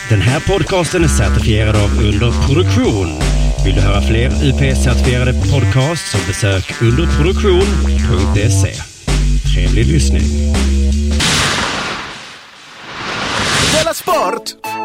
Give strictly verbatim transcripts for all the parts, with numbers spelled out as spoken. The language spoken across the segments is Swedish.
Den här podcasten är certifierad av Underproduktion. Vill du höra fler U P S-certifierade podcasts så besök underproduktion punkt se. Trevlig lyssning. Della Sport!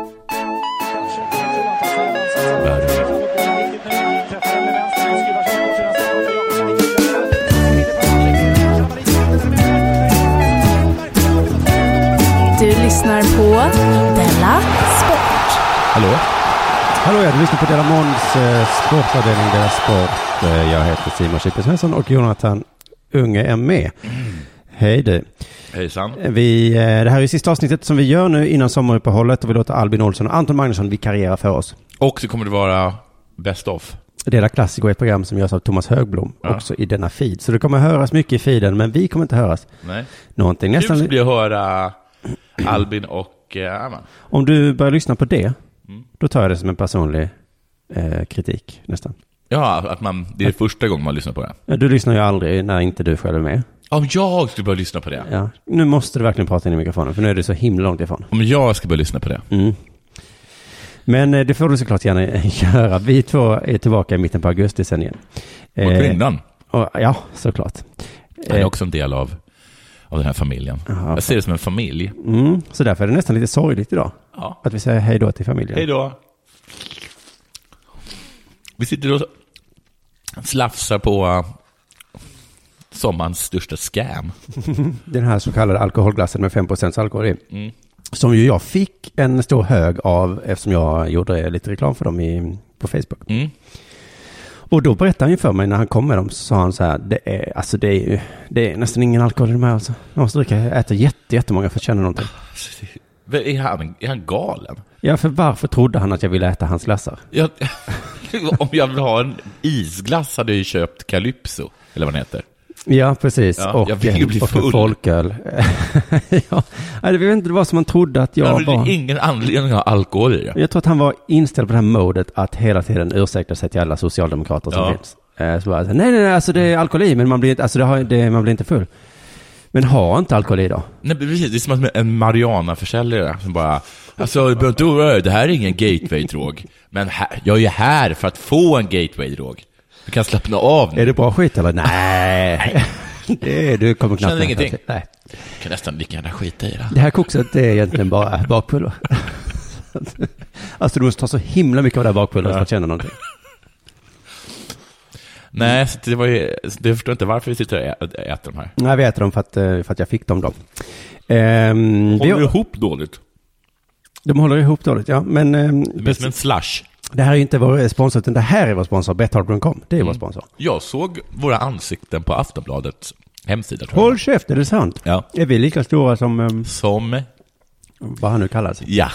Du lyssnar på Della Sport. Hallå? Hallå, jag lyssnar på Della Måns eh, sportavdelning Della Sport. Eh, jag heter Simon Chippe Svensson och Jonathan Unge är med. Mm. Hej du. Hejsan. Vi, eh, det här är sista avsnittet som vi gör nu innan sommaruppehållet och vi låter Albin Olsson och Anton Magnusson vikariera för oss. Och det kommer att vara Best of. Della Klassik är ett program som görs av Thomas Högblom ja. Också i denna feed. Så det kommer höras mycket i feeden, men vi kommer inte höras. Nej. Någonting nästan... Kul blir att höra Albin och äh, Arman. Om du börjar lyssna på det, mm. då tar jag det som en personlig eh, kritik nästan. Ja, att man, det är det första gången man lyssnar på det. Ja, du lyssnar ju aldrig när inte du själv är med. Om jag ska börja lyssna på det? Ja, nu måste du verkligen prata in i mikrofonen, för nu är du så himla långt ifrån. Om jag ska börja lyssna på det? Mm. Men eh, det får du såklart gärna göra. Vi två är tillbaka i mitten på augusti sen igen. Och kvinnan? Eh, och, ja, såklart. Han är också en del av, av den här familjen. Aha, jag ser det som en familj. Mm, så därför är det nästan lite sorgligt idag. Ja. Att vi säger hej då till familjen. Hej då. Vi sitter och slafsar på uh, sommarens största scam. Den här så kallade alkoholglassen med fem procent alkohol i. Mm. Som ju jag fick en stor hög av eftersom jag gjorde lite reklam för dem i, på Facebook. Mm. Och då berättade han ju för mig när han kom med dem, så sa han så här, det är, alltså det är, ju, det är nästan ingen alkohol i de här alltså. Jag måste dricka, jag äter jätte, jättemånga för att känna någonting. Är han, är han galen? Ja, för varför trodde han att jag ville äta hans glassar? Jag, om jag vill ha en isglass hade jag ju köpt Calypso, eller vad den heter. Ja, precis. Ja, och jag vill ju bli full. Folköl. Ja, det var inte vad som man trodde att jag var. var. Det är ingen anledning att ha alkohol i det. Jag tror att han var inställd på det här modet att hela tiden ursäkta sig till alla socialdemokrater som ja. finns. Så bara, nej, nej, nej, alltså det är alkohol i, men man blir, alltså det har, det, man blir inte full. Men har inte alkohol i då? Nej, precis. Det är som en marijuana-försäljare som bara, alltså, det här är ingen gateway-drog. Men här, jag är här för att få en gateway-drog. Du kan slappna av nu. Är det bra skit eller? Nej. Det är, du kommer knappt känner ingenting. Nej. Du kan nästan lika gärna skita i det. Det här kokset, det är egentligen bara bakpulver. Alltså du måste ta så himla mycket av det här bakpulvret för att känna någonting. Nej, så det var ju, du förstår inte varför vi sitter och äter de här. Nej, vi äter dem för att, för att jag fick dem då. Ehm, håller det, ihop dåligt? De håller ihop dåligt, ja. Men, ehm, det är som en slush. Det här är inte vår sponsor, utan det här är vår sponsor, betthard punkt com. Det är mm. vår sponsor. Jag såg våra ansikten på Aftonbladets hemsida. Håll käft, är det sant? Ja. Är vi lika stora som... Um, som? Vad han nu kallar sig. Ja.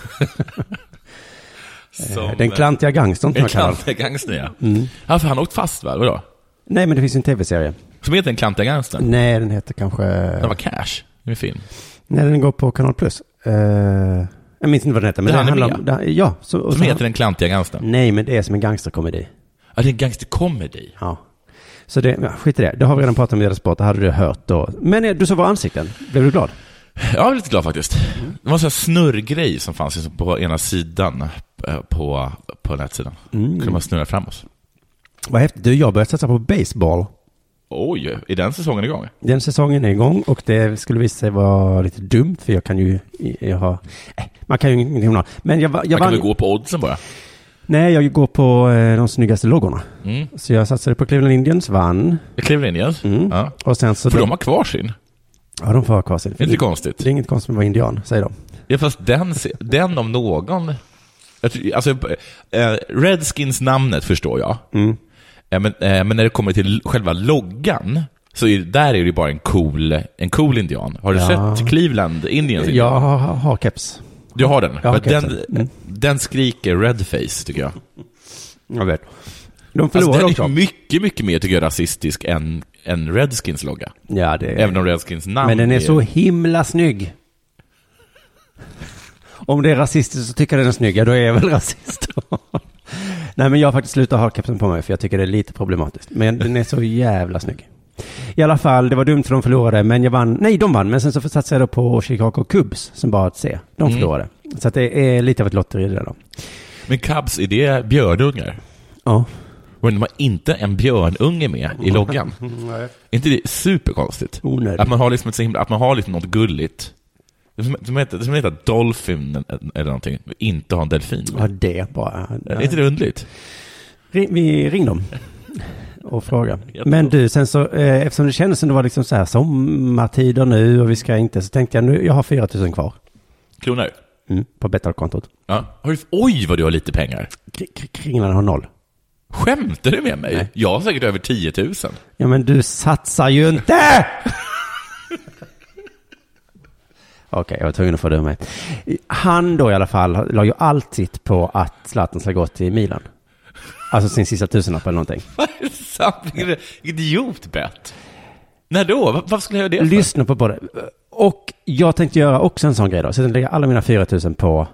som, den klantiga gangstern. Den klantiga gangstern, ja. Mm. Ja, för han har åkt fast, va? Vadå? Nej, men det finns en tv-serie. Som heter den klantiga gangstern? Nej, den heter kanske... Den var Cash, en film. Nej, den går på Kanal Plus. Uh, jag minns inte vad den heter. Men den handlar om... Det, ja. Så, som så, heter den klantiga gangstern? Nej, men det är som en gangsterkomedi. Ja, det är en gangsterkomedi. Ja. Så det, ja, skit i det. Det har vi redan pratat om i Della Sport. Det hade du hört då. Men du såg våra ansikten. Blev du glad? Jag var lite glad faktiskt. Mm. Det var en sån här snurrgrej som fanns på ena sidan på, på nätsidan. Mm. Kunde man snurra framåt. Vad häftigt. Du, jag började satsa på baseball. Oj, är den säsongen igång? Den säsongen är igång och det skulle visa sig vara lite dumt för jag kan ju jag har, äh, man kan ju ingenting om. Men jag, jag man kan vann... väl gå på oddsen bara? Nej, jag går på eh, de snyggaste loggorna. Mm. Så jag satsade på Cleveland Indians, vann. Cleveland Indians? Mm. Ja. Och sen så för de... de har kvar sin? Ja, de får ha kvar sin. Det är inte konstigt. Det är inget konstigt med att vara indian, säger de. Ja, fast den, den om någon... Alltså, Redskins namnet förstår jag. Mm. Men, men när det kommer till själva loggan så är, där är det bara en cool, en cool indian. Har du ja. sett Cleveland Indians? Jag har, har keps. Du har den? Jag har den, mm. den skriker redface, tycker jag. Jag vet. De förlorar alltså, den också. är mycket, mycket mer, tycker jag, rasistisk än, än Redskins logga. Ja, det är... Även om Redskins namn. Men den är, är så himla snygg. Om det är rasistiskt så tycker jag den är snygg. Ja, då är jag väl rasist. Nej, men jag har faktiskt slutat ha kepsen på mig för jag tycker det är lite problematiskt. Men den är så jävla snygg. I alla fall, det var dumt för de förlorade, men jag vann. Nej, de vann, men sen så satsade jag då på Chicago Cubs som bara att se. De förlorade. Så att det är lite av ett lotteri där då. Men Cubs, är det björnungar? Ja. Och de har inte en björnunge med i loggan. Nej. Är inte det superkonstigt? Onödigt. Att man har liksom ett så himla, att man har liksom något gulligt. Det som, som, heter, det som heter Dolphin eller någonting. Inte ha en delfin. Ja, det bara. Är inte det underligt? Ring, vi ring dem och fråga. Men du, sen så, eh, eftersom det kändes som det var liksom så här sommartider nu och vi ska inte, så tänkte jag nu, jag har fyra tusen kvar. Kronor? Mm, på Betthard-kontot. Ja. Har du, oj, vad du har lite pengar. Kringlan har noll. Skämtar du med mig? Nej. Jag har säkert över tio tusen. Ja, men du satsar ju inte! Okej, okay, jag var tvungen att få det med. Han då i alla fall la ju allt sitt på att Zlatan ska gå till Milan. Alltså sin sista tusenlapp eller någonting. Vad är det sant? Vilket idiotbett. När då? Varför skulle jag göra det för? Lyssna på både. Och jag tänkte göra också en sån grej då. Så jag lägger alla mina fyra tusen på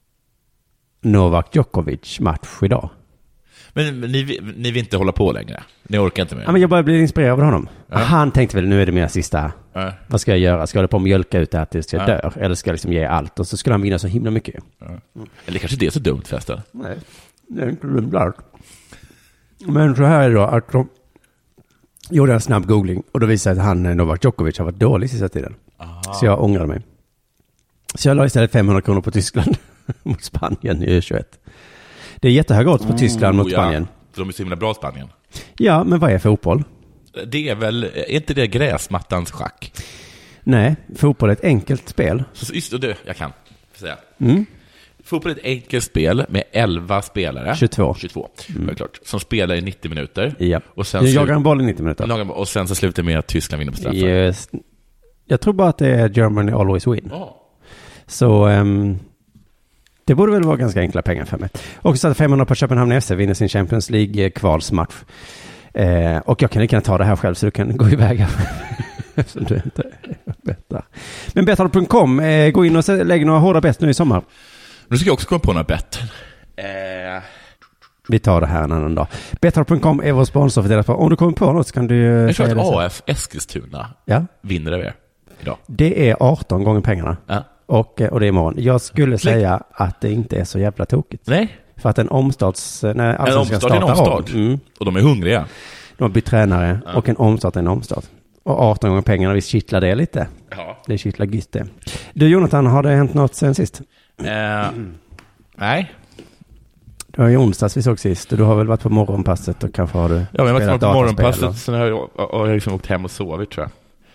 Novak Djokovic match idag. Men ni, ni vill inte hålla på längre? Ni orkar inte med? Ja, men jag bara blir inspirerad av honom. Ja. Han tänkte väl, nu är det mina sista. Ja. Vad ska jag göra? Ska jag hålla på och mjölka ut det här tills jag Ja. dör? Eller ska jag liksom ge allt? Och så skulle han vinna så himla mycket. Ja. Eller kanske det är så dumt förresten. Nej, det är inte dumt allt. Men så här är det då, att de gjorde en snabb googling och då visade att han, Novak Djokovic, har varit dålig sista tiden. Aha. Så jag ångrade mig. Så jag la istället femhundra kronor på Tyskland mot Spanien i U tjugoett. Det är jättehöga odds på Oh, Tyskland mot ja. Spanien. De är så himla bra, Spanien. Ja, men vad är fotboll? Det är väl, är inte det gräsmattans schack? Nej, fotboll är ett enkelt spel. Så, just det, jag kan säga. Mm. Fotboll är ett enkelt spel med elva spelare. tjugotvå. tjugotvå, mm. klart. Som spelar i nittio minuter. Ja. Och sen, Jag slu- jagar en boll i nittio minuter. och sen så slutar det med att Tyskland vinner på straffar. Yes. Jag tror bara att det är Germany always win. Oh. Så um, det borde väl vara ganska enkla pengar för mig. Och så att femhundra på Köpenhamn F C vinner sin Champions League-kvalsmatch. Eh, och jag kan lika gärna ta det här själv så du kan gå iväg. Eftersom du inte bettar. Men Betthard punkt com, eh, gå in och lägg några hårda bett nu i sommar. Nu ska jag också komma på några bett. Eh... Vi tar det här en annan dag. Betthard punkt com är vår sponsor för deras. Om du kommer på något så kan du... Jag tror att A F Eskilstuna ja. vinner över idag. Det är arton gånger pengarna. Ja. Och, och det är imorgon. Jag skulle säga att det inte är så jävla tokigt. Nej. För att en omstarts... När en omstart är en omstart. Mm. Och de är hungriga. De har bytt tränare ja. och en omstart är en omstart. Och arton gånger pengarna, vi kittlar det lite. Ja. Det kittlar gött det. Du Jonathan, har det hänt något sen sist? Eh, nej. Det var i onsdags vi såg sist. Du har väl varit på morgonpasset och kanske har du Ja, men jag har varit på morgonpasset och... sen har jag, och jag liksom åkt hem och sovit, tror jag.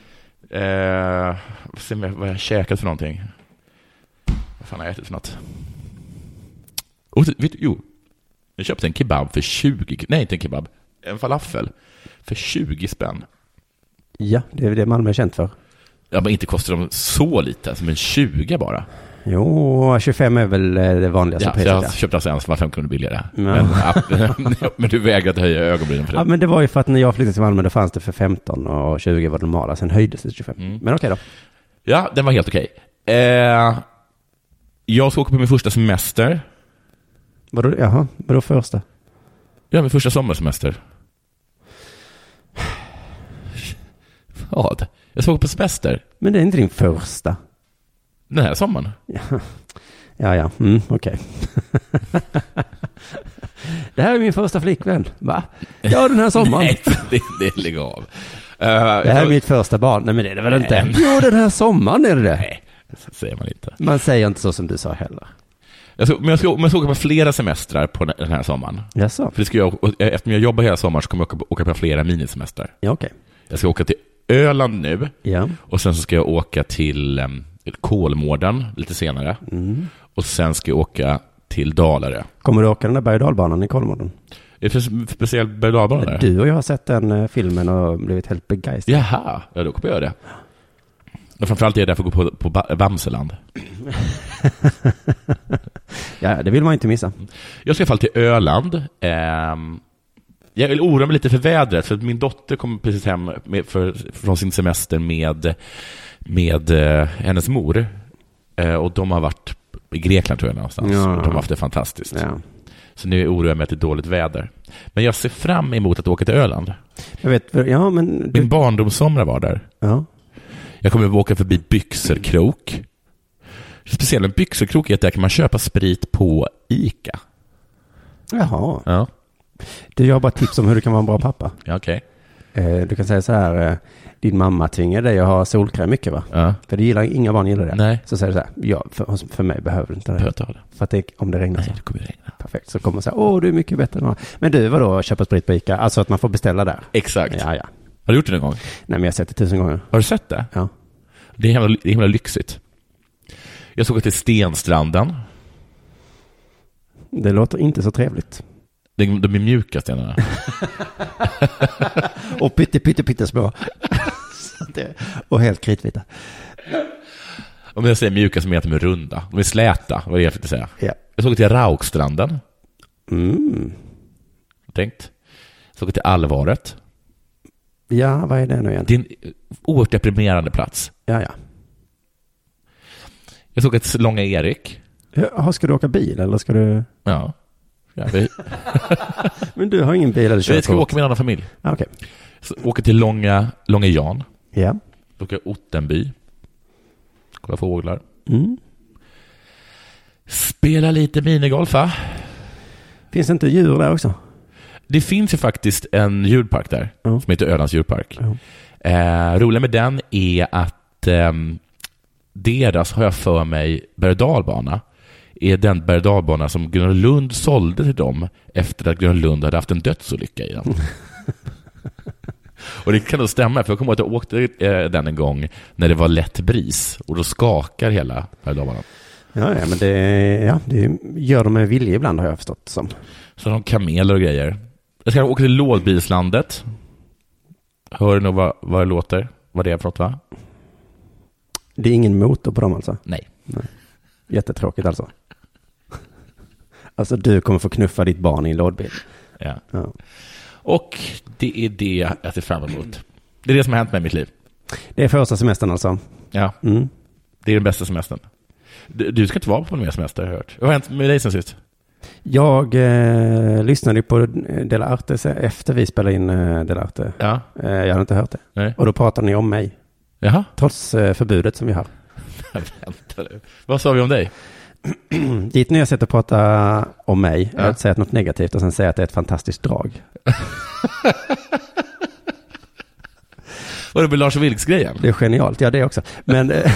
Eh, se vad jag har käkat för någonting. Vad fan har jag ätit för något? Och, vet du, jo. Jag köpte en kebab för tjugo... Nej, inte en kebab. En falafel för tjugo spänn. Ja, det är det Malmö är känt för. Ja, men inte kostar de så lite, som en tjugo bara. Jo, tjugofem är väl det vanligaste ja, priset. Jag ja. köpte alltså en som var fem kronor billigare. Ja. Men, men du vägrade höja ögonbrynen för det. Ja, men det var ju för att när jag flyttade till Malmö då fanns det för femton och tjugo var det normala. Sen höjdes det till tjugofem. Mm. Men okej då. Ja, den var helt okej. Eh, jag ska åka på min första semester. Vadå, jaha, vadå första? Ja, min första sommarsemester. Vad? Jag ska åka på semester. Men det är inte din första. Den här sommaren. Ja, ja, ja. Mm, okej. Okay. Det här är min första flickvän. Va? Ja, den här sommaren. Nej, det, det lägger av. Uh, det här är mitt första barn. Nej, men det är det väl inte? Jo, den här sommaren är det det. Nej, så säger man inte. Man säger inte så som du sa heller. Jag ska, men jag ska, men jag ska åka på flera semestrar på den här sommaren. Jaså? För det ska jag, eftersom jag jobbar hela sommaren så kommer jag åka, åka på flera minisemestrar. Ja, okej. Okay. Jag ska åka till Öland nu. Ja. Och sen så ska jag åka till um, Kolmården lite senare. Mm. Och sen ska jag åka till Dalarö. Kommer du åka den där berg- och dalbanan i Kolmården? Är det för speciell berg- och dalbana där? Du och jag har sett den uh, filmen och blivit helt begeistrad. Jaha, ja, då kommer jag göra det. Och framförallt är jag där för att gå på, på ba- Bamseland. Ja, det vill man inte missa. Jag ska i alla fall till Öland. Um, jag vill oroa mig lite för vädret, för min dotter kom precis hem med, för, från sin semester med, med uh, hennes mor. Uh, och de har varit i Grekland, tror jag, någonstans. Ja. Och de har haft det fantastiskt. Ja. Så nu oroar jag mig att det är dåligt väder. Men jag ser fram emot att åka till Öland. Jag vet, ja, men... Du... Min barndomssomrar var där. Ja. Jag kommer att åka förbi Byxelkrok. speciella med byxorkrok är att där kan man köpa sprit på ICA. Jaha. Ja. Du, jag har bara tips om hur du kan vara en bra pappa. Ja, okej. Eh, du kan säga så här, eh, din mamma tvingar dig att ha solkräm mycket, va? Ja. För det gillar, inga barn gillar det. Nej. Så säger du så här, ja, för, för mig behöver du inte det. Behöver ta det. För att det, om det regnar Nej, så. det kommer regna. Perfekt, så kommer man säga, åh, du är mycket bättre än vad. Men du, vadå, köpa sprit på ICA? Alltså att man får beställa där. Exakt. Ja, ja. Har du gjort det någon gång? Nej, men jag har sett det tusen gånger. Har du sett det? Ja. Det är himla, det är himla lyxigt. Jag såg till Stenstranden. Det låter inte så trevligt. De, de är mjuka stenarna. Och pytte, pytte, pytte små. Och helt kritvita. Om jag säger mjuka så menar jag att de är runda. De är släta, vad är det jag fick säga. Ja. Jag såg till Raukstranden. Mm. Tänkt. Jag såg till Alvaret. Ja, vad är det nu igen? Det är en oerhört deprimerande plats. Ja, ja. Jag såg till Långa Erik. Ja, ska du åka bil eller ska du... Ja. ja vi... Men du har ingen bil eller körkort? Jag ska åka med en annan familj. Ah, okej. Så åker till Långa, Långa Jan. Ja. Åker Ottenby. Kolla fåglar. Mm. Spela lite minigolf, va? Finns det inte djur där också? Det finns ju faktiskt en djurpark där Ja. som heter Ölands djurpark. Ja. Eh, roligt med den är att eh, deras, har jag för mig, berg- och dalbana är den berg- och dalbana som Gröna Lund sålde till dem efter att Gröna Lund hade haft en dödsolycka i den. Och det kan nog stämma, för jag kommer ihåg att jag åkte eh, den en gång när det var lätt bris och då skakar hela berg- och dalbanan. Ja, ja, men det, ja, det gör de med vilja ibland, har jag förstått som. Så de har kameler och grejer. Jag ska åka till Lådbilslandet. Hör nog vad, vad det låter. Vad det är för något, va? Det är ingen motor på dem alltså? Nej. Nej. Jättetråkigt alltså. Alltså du kommer få knuffa ditt barn i en lådbil. Ja. Ja. Och det är det jag ser fram emot. Det är det som har hänt med mitt liv. Det är första semestern alltså? Ja, Mm. det är den bästa semestern. Du, du ska inte vara på någon mer semester, har jag hört. Vad har hänt med dig sen sist? Jag eh, lyssnade på Dela Arte efter vi spelade in eh, Dela Arte. Ja. Eh, jag hade inte hört det. Nej. Och då pratade ni om mig. Jaha. Trots eh, förbudet som vi har. Vänta nu. Vad sa vi om dig? Ditt nya sätt att prata om mig är Ja. att säga något negativt och sen säga att det är ett fantastiskt drag. Var det med Lars Vilks-grejen? Det är genialt, ja det också. Men eh,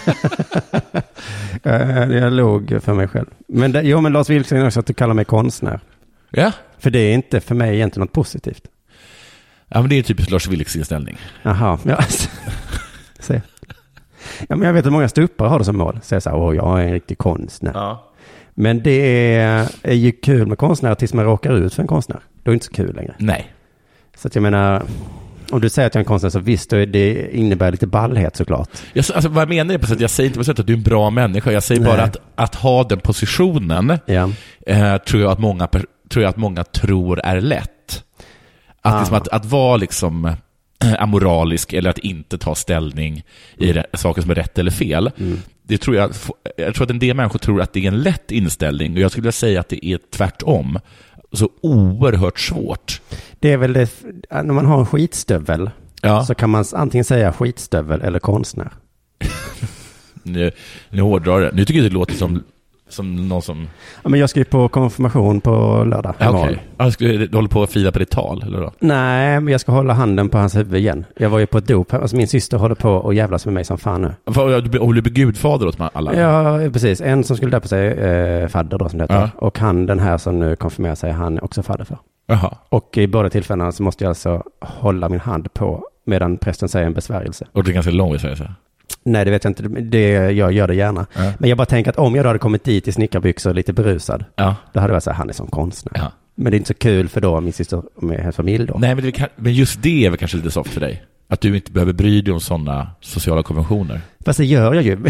jag låg för mig själv. Men det, jo, men Lars Vilks är också att du kallar mig konstnär. Ja. För det är inte för mig egentligen något positivt. Ja, men det är typiskt Lars Vilks inställning. Jaha, ja. Se. Ja, men jag vet att många stupare har det som mål. Säger så här, åh, jag är en riktig konstnär. Ja. Men det är, är ju kul med konstnär tills man råkar ut för en konstnär. Då är det inte så kul längre. Nej. Så att jag menar, om du säger att jag är en konstnär så visst, det innebär lite ballhet såklart. Jag, alltså, vad jag menar är på sätt, jag säger inte på sätt att du är en bra människa. Jag säger Nej. bara att, att ha den positionen Ja. eh, tror, jag att många, per- tror jag att många tror är lätt. Att, Ah. liksom, att, att vara liksom eh, amoralisk eller att inte ta ställning i re- saker som är rätt eller fel. Mm. Det tror jag, jag tror att en del människor tror att det är en lätt inställning och jag skulle vilja säga att det är tvärtom. Så oerhört svårt. Det är väl det, när man har en skitstövel Ja. så kan man antingen säga skitstövel eller konstnär. Nu, nu hårdrar det. Nu tycker jag det låter som, som någon som... Ja, men jag ska ju på konfirmation på lördag. Ja, imorgon. okej. Ja, ska du hålla på att fila på ditt tal, eller då? Nej, men jag ska hålla handen på hans huvud igen. Jag var ju på ett dop. Alltså min syster håller på och jävlas med mig som fan nu. För- Du blir- du blir gudfader åt alla? Ja, precis. En som skulle döpa sig eh, fadder då som det heter. Ja. Och han, den här som nu konfirmerar sig, han är också fadder för. Jaha. Och i båda tillfällena så måste jag alltså hålla min hand på medan prästen säger en besvärjelse. Och det är ganska lång besvärjelse. Nej, det vet jag inte. Det, jag gör det gärna. Ja. Men jag bara tänker att om jag då hade kommit dit i snickarbyxor lite berusad, Ja. då hade jag varit så här, han är som konstnär. Ja. Men det är inte så kul för då min syster med hennes familj då. Nej, men, det kan, men just det är väl kanske lite soft för dig. Att du inte behöver bry dig om sådana sociala konventioner. Fast det gör jag ju.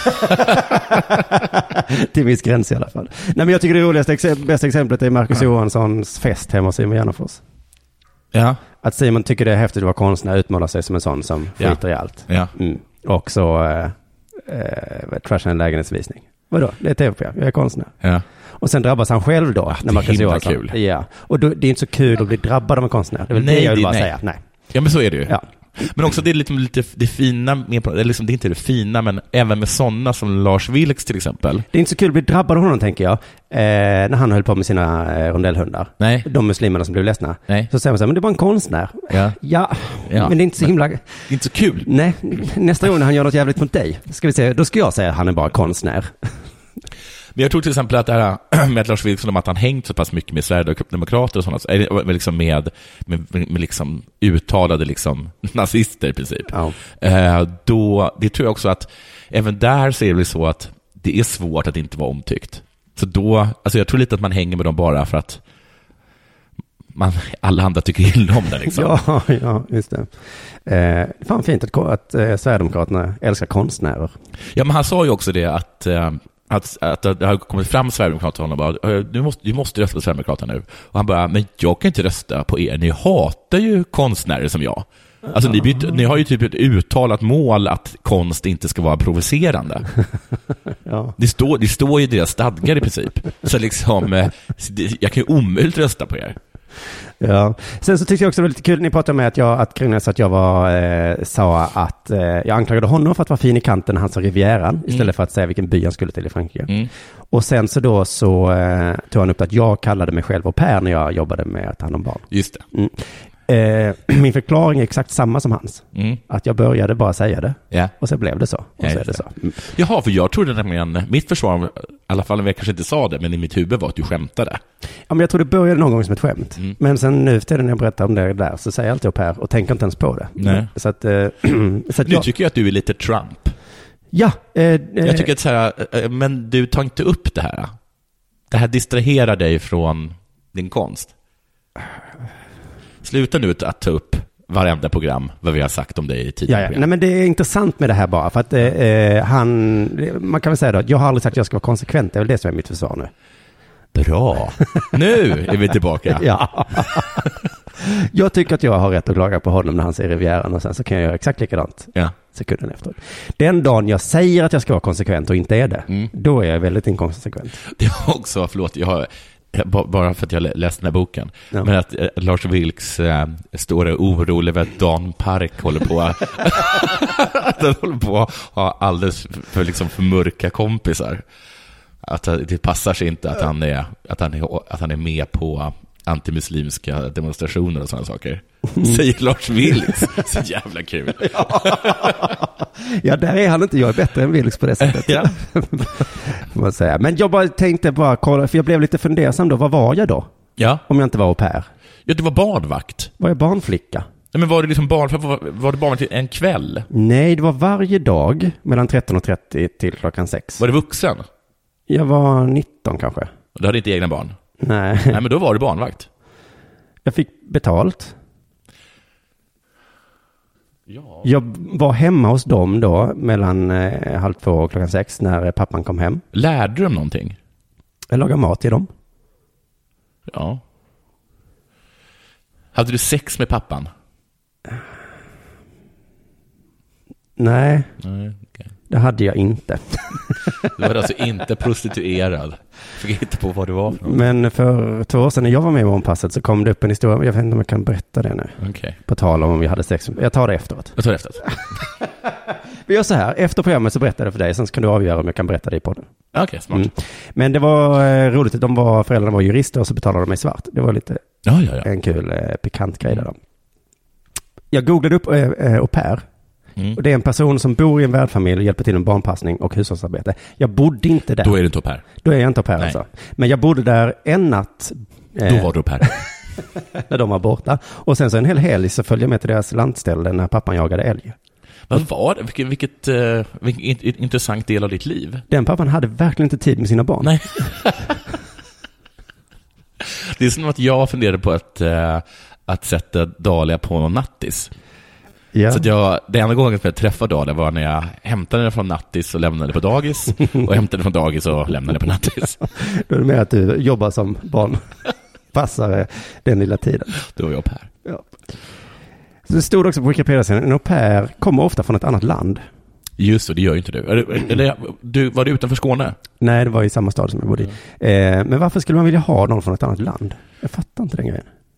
Till viss gräns i alla fall. Nej, men jag tycker det roligaste, exe- bästa exemplet är Marcus Ja. Johanssons fest hemma hos Simon Gärdenfors. Ja. Att Simon tycker det är häftigt att vara konstnär, utmålar sig som en sån som Ja. skiter i allt. Ja. Mm. Och så äh, äh, trashar en lägenhetsvisning. Vadå? Det är tv-program. Jag är konstnär. Ja. Och sen drabbas han själv då. Ah, det när är Marcus himla Johansson. kul. Ja. Och då, det är inte så kul att bli drabbad av en konstnär. Det är väl Nej, det jag vill det- bara nej. säga. Nej. Ja, men så är det ju. Ja. Men också det är lite, lite det fina med, eller liksom, det är inte det fina, men även med sådana som Lars Vilks till exempel. Det är inte så kul att bli drabbad av honom, tänker jag, eh, när han höll på med sina eh, rondellhundar. Nej. De muslimerna som blev ledsna. Nej. Så säger man så här, men det var en konstnär. Ja. Ja, Ja. men det är inte så himla... Det är inte så kul. Nej, nästa gång när han gör något jävligt mot dig, ska vi se, då ska jag säga att han är bara konstnär. Men jag tror till exempel att det här med att Lars Vilks, om att han hängt så pass mycket med Sverigedemokrater och sådant, med, liksom med, med, med liksom uttalade liksom nazister i princip. Ja. Eh, då, det tror jag också att även där så är det väl så att det är svårt att inte vara omtyckt. Så då, alltså jag tror lite att man hänger med dem bara för att man, alla andra tycker illa om det liksom. Ja, ja, just det. Eh, fan fint att, att eh, Sverigedemokraterna älskar konstnärer. Ja, men han sa ju också det att... Eh, Att, att det har kommit fram Sverigedemokrater och honom bara, du måste, du måste rösta på Sverigedemokraterna nu. Och han bara, men jag kan inte rösta på er. Ni hatar ju konstnärer som jag. Alltså ni, byt, ni har ju typ ett uttalat mål att konst inte ska vara provocerande. Ja. Det står, det står ju i deras stadgar i princip. Så liksom, jag kan ju omöjligt rösta på er. Ja. Sen så tyckte jag också det var lite kul, ni pratade med att jag, att Kringnes, att jag var, eh, sa att eh, jag anklagade honom för att vara fin i kanten när han sa Rivieran, istället mm. för att säga vilken by han skulle till i Frankrike. Mm. Och sen så då så eh, tog han upp att jag kallade mig själv au pair när jag jobbade med att ta hand om barn. Just det. Mm. Eh, min förklaring är exakt samma som hans. Mm. Att jag började bara säga det. Yeah. Och så blev det så. Och ja, så är det så. Mm. Jaha, för jag trodde nämligen, mitt försvar, i alla fall när jag kanske inte sa det, men i mitt huvud var att du skämtade. Ja, men jag tror det började någon gång som ett skämt. Mm. Men sen nu efter när jag berättar om det där så säger jag alltid au pair och tänker inte ens på det. Nej. Så att, eh, så att nu jag... tycker jag att du är lite Trump. Ja. Eh, eh, jag tycker att så här, eh, men du tar inte upp det här. Det här distraherar dig från din konst. Sluta nu att ta upp varenda program vad vi har sagt om dig i tidigare ja, ja. program. Nej, men det är intressant med det här bara för att eh, han, man kan väl säga då, jag har aldrig sagt att jag ska vara konsekvent, det är väl det som är mitt försvar nu. Bra. Nu är vi tillbaka. Ja. Jag tycker att jag har rätt att klaga på honom när han säger Rivieran och sen så kan jag göra exakt likadant ja. sekunden efter. Den dagen jag säger att jag ska vara konsekvent och inte är det, mm. då är jag väldigt inkonsekvent. Det är också, förlåt, jag har bara för att jag läst den här boken, ja. Men att eh, Lars Vilks eh, står orolig över att Dan Park håller på att han håller på att ha alldeles för, liksom, för mörka kompisar. Att det passar sig inte att han är, att han är, att han är med på antimuslimska demonstrationer och sådana saker. Mm. Säger Lars Vilks. Så jävla kul. Ja. Ja, där är han inte. Jag är bättre än Vilks på det sättet. Ja. Man säga. Men jag bara tänkte bara kolla, för jag blev lite fundersam då. Vad var jag då? Ja. Om jag inte var au pair. Ja, du var barnvakt. Var jag barnflicka? Ja, men var det liksom barn, var, var det barnvakt en kväll? Nej, det var varje dag mellan tretton och trettio till klockan sex. Var det vuxen? Jag var nitton kanske. Du hade inte egna barn? Nej. Nej, men då var du barnvakt. Jag fick betalt. Ja. Jag var hemma hos dem då mellan eh, halv två och klockan sex när pappan kom hem. Lärde du dem någonting? Jag lagade mat till dem. Ja. Hade du sex med pappan? Nej. Nej, okay. Det hade jag inte. Du var alltså inte prostituerad. Fick inte på vad det var för något. Men för två år sedan när jag var med i Morgonpasset så kom det upp en historia. Jag vet inte om jag kan berätta det nu. Okay. På tal om om vi hade sex. Jag tar det efteråt. Jag tar det efteråt. Vi gör så här. Efter programmet så berättar jag det för dig. Sen så kan du avgöra om jag kan berätta det i podden. Okej, okay, smart. Mm. Men det var eh, roligt att de var, föräldrarna var jurister och så betalade de mig svart. Det var lite ja, ja, ja. en kul eh, pikant grej där. Jag googlade upp eh, au pair. Mm. Och det är en person som bor i en värdfamilj och hjälper till med barnpassning och hushållsarbete. Jag bodde inte där. Då är du inte au pair. Då är jag inte au pair alltså. Men jag bodde där en natt. Eh, Då var du au pair. när de var borta. Och sen så en hel helg så följde jag med till deras landställe när pappan jagade älg. Vad var det? Vilket, vilket, uh, vilket intressant del av ditt liv. Den pappan hade verkligen inte tid med sina barn. Nej. Det är som att jag funderade på att, uh, att sätta Dahlia på någon nattis. Ja. Så att jag, det enda gången jag träffade Dahlia var när jag hämtade henne från nattis och lämnade på dagis. Och hämtade från dagis och lämnade på nattis. Då är det mer att du jobbar som barnpassare den lilla tiden. Då var jag au pair. Ja. Så det stod också på Wikipedia sen, en au pair kommer ofta från ett annat land. Just det, det gör ju inte du. Eller, du var du utanför Skåne? Nej, det var i samma stad som jag bodde i. Mm. Eh, men varför skulle man vilja ha någon från ett annat land? Jag fattar inte den grejen.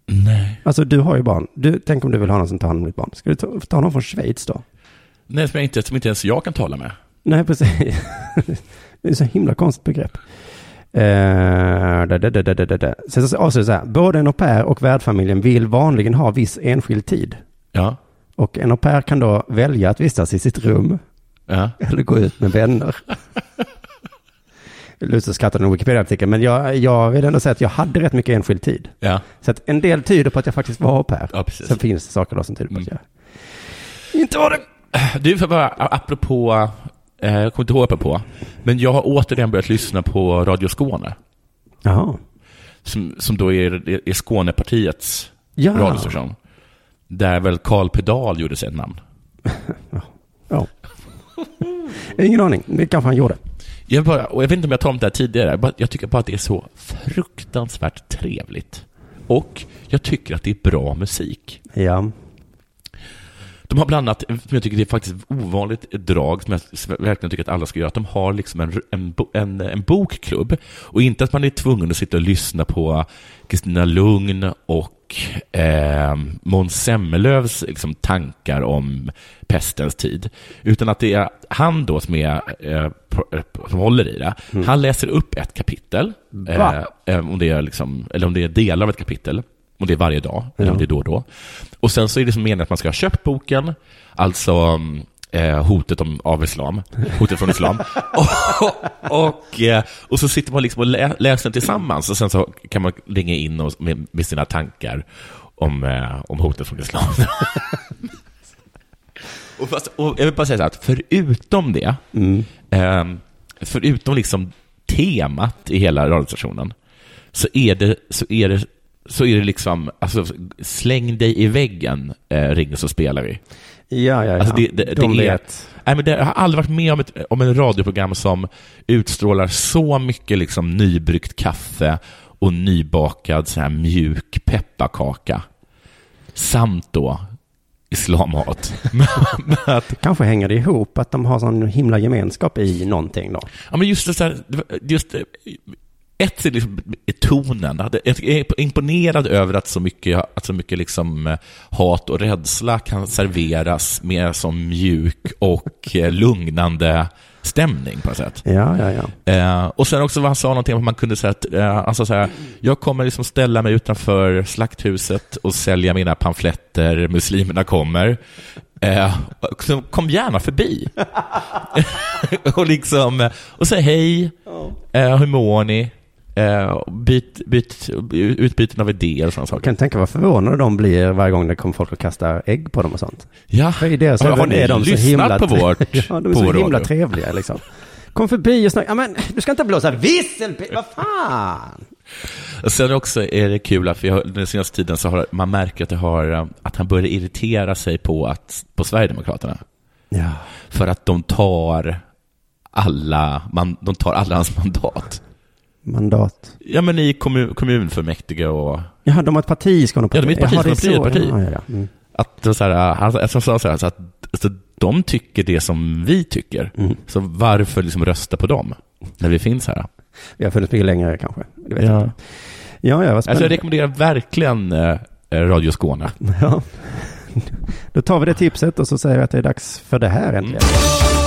Nej. Alltså du har ju barn. Du, tänk om du vill ha någon som tar hand om ditt barn. Ska du ta, ta någon från Schweiz då? Nej, som, jag inte, som inte ens jag kan tala med. Nej, precis. Det är så himla konstigt begrepp. Uh, da, da, da, da, da, da. Sen så avslutar så här. Både en au pair och värdfamiljen vill vanligen ha viss enskild tid. Ja. Och en au pair kan då välja att vistas i sitt rum. Ja. Eller gå ut med vänner. Lustigt skrattar den Wikipedia-artikeln, men jag, jag vill ändå säga att jag hade rätt mycket enskild tid. Ja. Så att en del tyder på att jag faktiskt var au pair. Ja, precis. Sen finns det saker då som tyder på att Mm. jag inte var det. Du, för bara, apropå, eh, jag kommer inte ihåg apropå, men jag har återigen börjat lyssna på Radio Skåne. Jaha. Som, som då är, är Skånepartiets Ja. radiostation. Där väl Karl Pedal gjorde sig ett namn. Ja. Ingen aning, det kanske han gjorde. Jag, bara, och jag vet inte om jag talat om det här tidigare, bara, jag tycker bara att det är så fruktansvärt trevligt. Och jag tycker att det är bra musik. Ja. De har bland annat, som jag tycker det är faktiskt ovanligt drag, som jag, som jag verkligen tycker att alla ska göra, att de har liksom en, en, en, en bokklubb. Och inte att man är tvungen att sitta och lyssna på Kristina Lugn och eh, Måns Zelmerlöws liksom, tankar om pestens tid. Utan att det är han då som, är, eh, som håller i det. Mm. Han läser upp ett kapitel. Eh, eh, om det är liksom, eller om det är delar av ett kapitel. Om det är varje dag, eller om det är då och då. Och sen så är det som meningen att man ska ha köpt boken, alltså eh, hotet om, av islam, hotet från islam. och, och, eh, och så sitter man liksom och lä, läser den tillsammans, och sen så kan man ringa in och, med, med sina tankar om, eh, om hotet från islam. och, fast, och jag vill bara säga så här, att förutom det, mm. eh, förutom liksom temat i hela radiostationen, så är det, så är det så är det liksom, alltså, släng dig i väggen, eh, ring så spelar vi. Ja, ja, ja. Alltså det, det, De det är, vet. Nej, men det, jag har aldrig varit med om, ett, om en radioprogram som utstrålar så mycket liksom nybryggt kaffe och nybakad så här mjuk pepparkaka. Samt då islamhat. att, Kanske hänger det ihop att de har sån himla gemenskap i någonting då. Ja, men just det så här, just det, ett är liksom tonen. Jag är imponerad över att så mycket, att så mycket liksom hat och rädsla kan serveras med som mjuk och lugnande stämning på något sätt. Ja, ja, ja. Eh, och sen också vad han sa någonting om att man kunde säga att eh, alltså så här, jag kommer liksom ställa mig utanför slakthuset och sälja mina pamfletter, muslimerna kommer. Eh, kom gärna förbi. och liksom och säg hej. Eh, hur mår ni? Uh, byt, byt, utbyten av idéer och sådana saker. Jag kan tänka vad förvånade de blir varje gång det kommer folk och kastar ägg på dem och sånt. Ja, för i deras har, har ni är de så himla på vårt ja, de är så himla trevliga liksom. Kom förbi och snacka. Ja, men du ska inte blåsa vissel, vad fan? Och sen också är det kul att vi har, den senaste tiden så har man märkt att det har, att han börjar irritera sig på att på Sverigedemokraterna. Ja. För att de tar alla man, de tar alla hans mandat. Mandat. Ja, men i kommun, kommunfullmäktige och... Ja, de har ett parti, ska de Ja, de är ett parti, Jaha, de är ett parti. Ja, ja, ja. Mm. Att det så här, han, jag sa så här, så att så de tycker det som vi tycker. Mm. Så varför liksom rösta på dem när vi finns här? Vi har funnits mycket längre kanske. Det vet ja. Jag inte. Ja, ja, vad spännande. Alltså, jag rekommenderar verkligen eh, Radio Skåne. Ja. Då tar vi det tipset och så säger vi att det är dags för det här äntligen. Mm.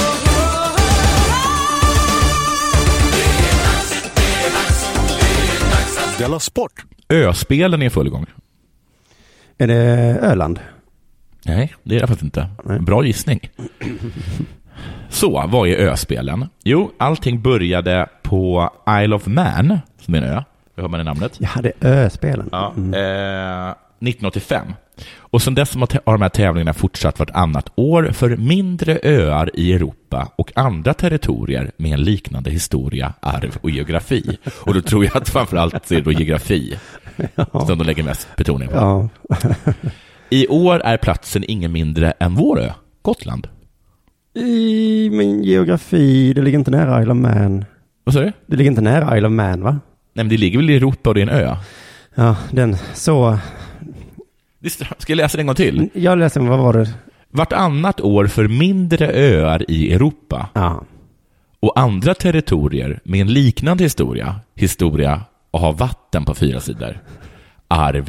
Della Sport. Öspelen är i full gång. Är det Öland? Nej, det är det faktiskt inte. Nej. Bra gissning. Så, vad är Öspelen? Jo, allting började på Isle of Man, som är en ö. Hör man det namnet? Ja, det är Öspelen. Ja, mm. eh, nittonhundraåttiofem. Och sedan dess har de här tävlingarna fortsatt vartannat år för mindre öar i Europa och andra territorier med en liknande historia, arv och geografi. Och då tror jag att framförallt är det geografi ja. som de lägger mest betoning på. Ja. I år är platsen ingen mindre än vår ö, Gotland. I min geografi, det ligger inte nära Isle of Man. Vad sa du? Det ligger inte nära Isle of Man, va? Nej, men det ligger väl i Europa och det är en ö. Ja, den så... Ska jag läsa det en gång till? Jag läser, vad var det? Vartannat år för mindre öar i Europa. Ja. Och andra territorier med en liknande historia. Historia och ha vatten på fyra sidor. Arv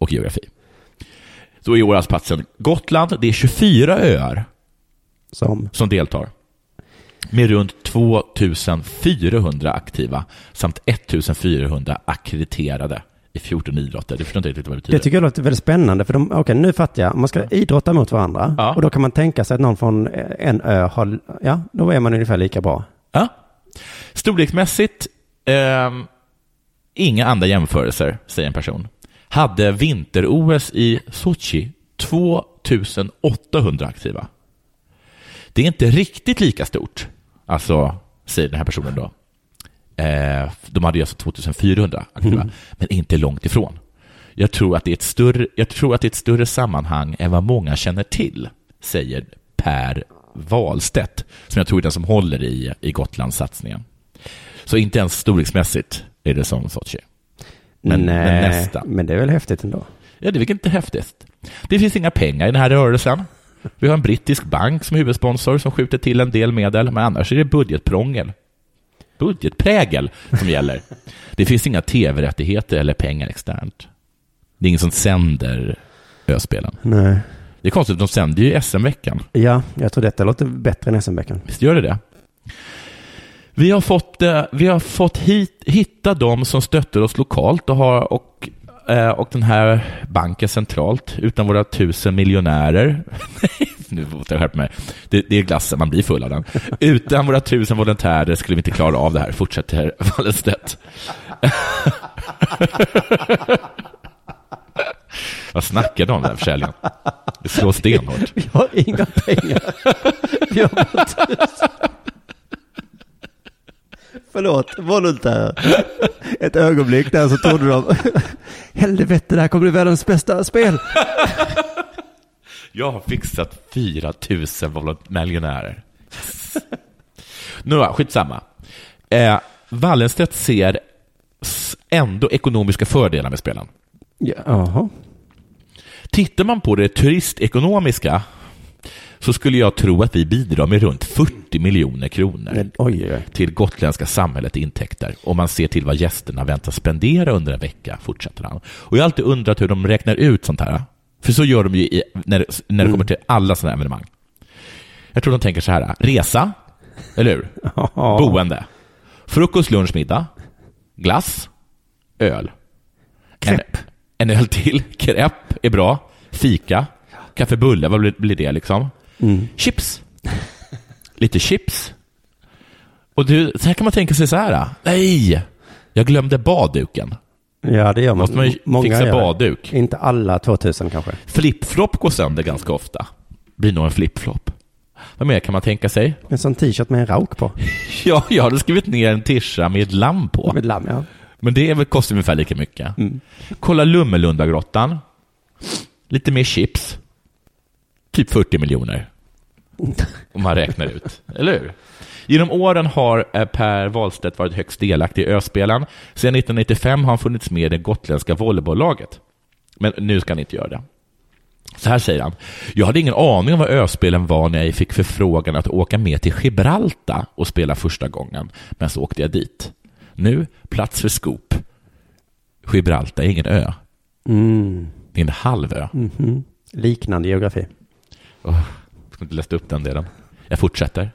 och geografi. Så i år är platsen Gotland. Det är tjugofyra öar Som? som deltar. Med runt tvåtusenfyrahundra aktiva samt ettusenfyrahundra akkrediterade i fjorton idrotter. Det förstår inte riktigt vad det betyder. Det tycker jag låter väldigt spännande. För de, okej, nu fattar jag. Man ska idrotta mot varandra. Ja. Och då kan man tänka sig att någon från en ö har... Ja, då är man ungefär lika bra. Ja. Storleksmässigt, eh, inga andra jämförelser, säger en person. Hade vinter-O S i Sochi tvåtusenåttahundra aktiva. Det är inte riktigt lika stort, alltså, säger den här personen då. Eh, de hade ju alltså tvåtusenfyrahundra aktiva, mm. men inte långt ifrån. Jag tror att det är ett större, jag tror att det är ett större sammanhang än vad många känner till, säger Per Wahlstedt, som jag tror är den som håller i, i Gotlandssatsningen. Så inte ens storleksmässigt är det som Sochi. Men, Nej, men nästa. Men det är väl häftigt ändå. Ja, det är inte häftigt. Det finns inga pengar i den här rörelsen. Vi har en brittisk bank som huvudsponsor som skjuter till en del medel, men annars är det budgetprångel. Budgetprägel som gäller. Det finns inga tv-rättigheter eller pengar externt. Det är ingen som sänder Öspelen. Nej. Det är konstigt, de sänder ju S M-veckan. Ja, jag tror detta låter bättre än S M-veckan. Visst gör det det? Vi har fått, eh, vi har fått hit, hitta dem som stöttar oss lokalt och, har, och, eh, och den här banken centralt utan våra tusen miljonärer. Nu måste jag skärpa mig. Det, det är glassen, man blir full av den. Utan våra tusen volontärer skulle vi inte klara av det här. Fortsätter Wallenstedt. Vad snackar de om den här försäljningen? Det slår stenhårt. Vi har inga pengar. Vi har bara tusen. Förlåt, volontär. Ett ögonblick där så trodde de helvete, det här kommer bli världens bästa spel. Jag har fixat fyra tusen miljonärer. Nu då, skitsamma. Eh, Wallenstedt ser ändå ekonomiska fördelar med spelen. Jaha. Tittar man på det turistekonomiska så skulle jag tro att vi bidrar med runt fyrtio miljoner kronor Men, oj, oj. till gotländska samhället intäkter. Om man ser till vad gästerna väntas spendera under en vecka, fortsätter han. Och jag har alltid undrat hur de räknar ut sånt här. För så gör de ju i, när, när det Mm. kommer till alla sådana evenemang. Jag tror de tänker så här. Resa, eller hur? Ja. Boende. Frukost, lunch, middag. Glass. Öl. Krepp. En, en öl till. Krepp är bra. Fika. Kaffebulle, vad blir, blir det liksom? Mm. Chips. Lite chips. Och du, så här kan man tänka sig så här. Nej, jag glömde badduken. Ja, det gör man. Måste man ju Många fixa gör det. badduk. Inte alla tvåtusen kanske. Flipflop går sönder ganska ofta. Blir nog en flipflop. Vad mer kan man tänka sig? En sån t-shirt med en rauk på. Ja, jag hade skrivit ner en tisha med ett lamm på. Med lamm, ja. Men det är väl kostar ungefär lika mycket. Mm. Kolla Lummelundagrottan. Lite mer chips. Typ fyrtio miljoner. Om man räknar ut. Eller hur? Genom åren har Per Wahlstedt varit högst delaktig i Öspelen. Sedan nittonhundranittiofem har han funnits med i det gotländska volleybollaget. Men nu ska han inte göra det. Så här säger han. Jag hade ingen aning om vad Öspelen var när jag fick förfrågan att åka med till Gibraltar och spela första gången. Men så åkte jag dit. Nu, plats för skop. Gibraltar är ingen ö. Mm. Det är en halvö. Mm-hmm. Liknande geografi. Oh, jag ska inte läsa upp den delen. Jag fortsätter.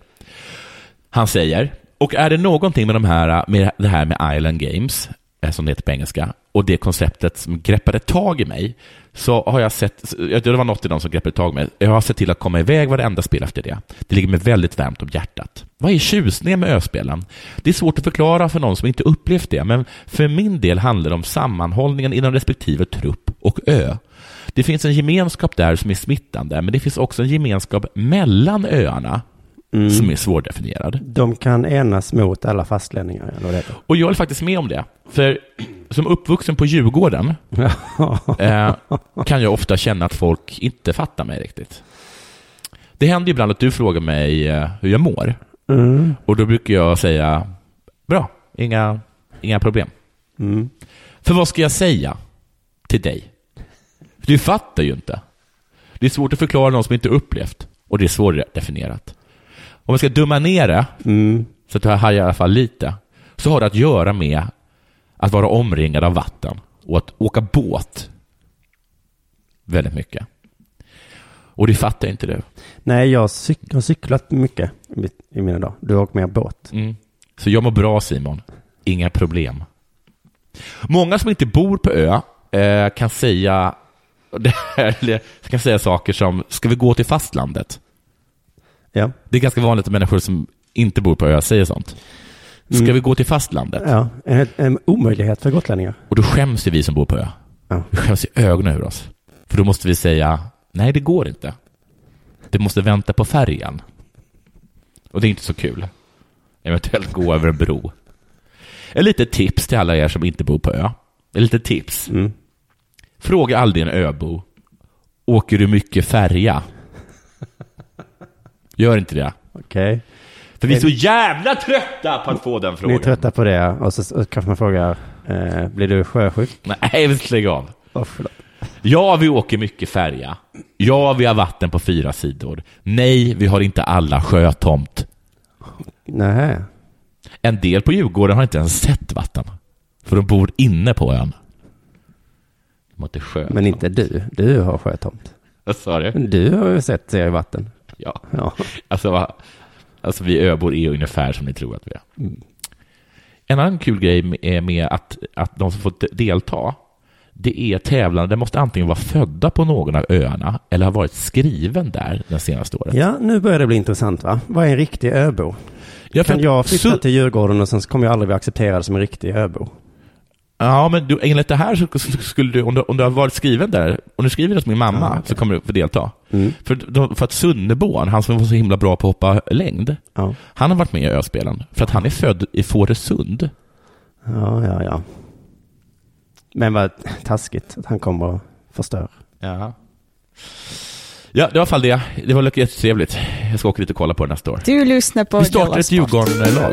Han säger, och är det någonting med, de här, med det här med Island Games, som det heter på engelska, och det konceptet som greppade tag i mig, så har jag sett, det var något i dem som greppade tag i mig, jag har sett till att komma iväg varenda spel efter det. Det ligger mig väldigt varmt om hjärtat. Vad är tjusningen med öspelen? Det är svårt att förklara för någon som inte upplevt det, men för min del handlar det om sammanhållningen inom respektive trupp och ö. Det finns en gemenskap där som är smittande, men det finns också en gemenskap mellan öarna mm. som är svårdefinierad. De kan enas mot alla fastlänningar. Eller vad det heter. Och jag är faktiskt med om det. För som uppvuxen på Djurgården eh, kan jag ofta känna att folk inte fattar mig riktigt. Det händer ibland att du frågar mig eh, hur jag mår. Mm. Och då brukar jag säga bra, inga, inga problem. Mm. För vad ska jag säga till dig? Du fattar ju inte. Det är svårt att förklara någon som inte upplevt. Och det är svårdefinierat. Om jag ska dumma ner det, mm. så att jag hajar i alla fall lite, så har det att göra med att vara omringad av vatten och att åka båt väldigt mycket. Och det fattar inte du. Nej, jag cyk- har cyklat mycket i, mitt, i mina dagar. Du har åkt mer båt. Mm. Så jag mår bra, Simon. Inga problem. Många som inte bor på ö eh, kan säga eller, kan säga saker som, ska vi gå till fastlandet? Ja. Det är ganska vanligt att människor som inte bor på ö säger sånt. Ska Mm. vi gå till fastlandet? Ja, en, en omöjlighet för gotlänningar. Och då skäms ju vi som bor på ö. Ja. Vi skäms i ögonen ur oss. För då måste vi säga, nej det går inte. Det måste vänta på färjan. Och det är inte så kul. Eventuellt gå över en bro. Ett litet tips till alla er som inte bor på ö. Ett litet tips. Mm. Fråga aldrig en öbo. Åker du mycket färja? Gör inte det. Okej. Okay. För vi är så jävla trötta på att få den frågan. Ni är trötta på det. Och så, så kanske man frågar, eh, blir du sjösjuk? Nej, vi lägg av. Oh, förlåt. Ja, vi åker mycket färja. Ja, vi har vatten på fyra sidor. Nej, vi har inte alla sjötomt. Nej. En del på Djurgården har inte ens sett vatten. För de bor inne på ön. De har inte sjötomt. Men inte du. Du har sjötomt. Vad sa du? Du har ju sett serievatten. Ja. Ja. Alltså, va? Alltså vi öbor är ungefär som ni tror att vi är. Mm. En annan kul grej är med att, att de som får delta, det är tävlande. Det måste antingen vara födda på någon av öarna eller ha varit skriven där den senaste året. Ja, nu börjar det bli intressant, va? Vad är en riktig öbo? Ja, kan jag flytta så... till Djurgården och sen kommer jag aldrig bli accepterad som en riktig öbo? Ja, men du, enligt det här så skulle du, om du, om du har varit skriven där, om du skriver det som min mamma, ja, okay. Så kommer du få delta. Mm. För, för att Sunneborn, han som var så himla bra på att hoppa längd, ja. Han har varit med i Öspelen. För att han är född i Fårösund. Ja, ja, ja. Men vad taskigt att han kommer och förstör. Ja. Ja, det var i alla fall det. Det var jättetrevligt. Jag ska åka dit och kolla på det nästa år. Du lyssnar på Vi startar ett Djurgården-lag.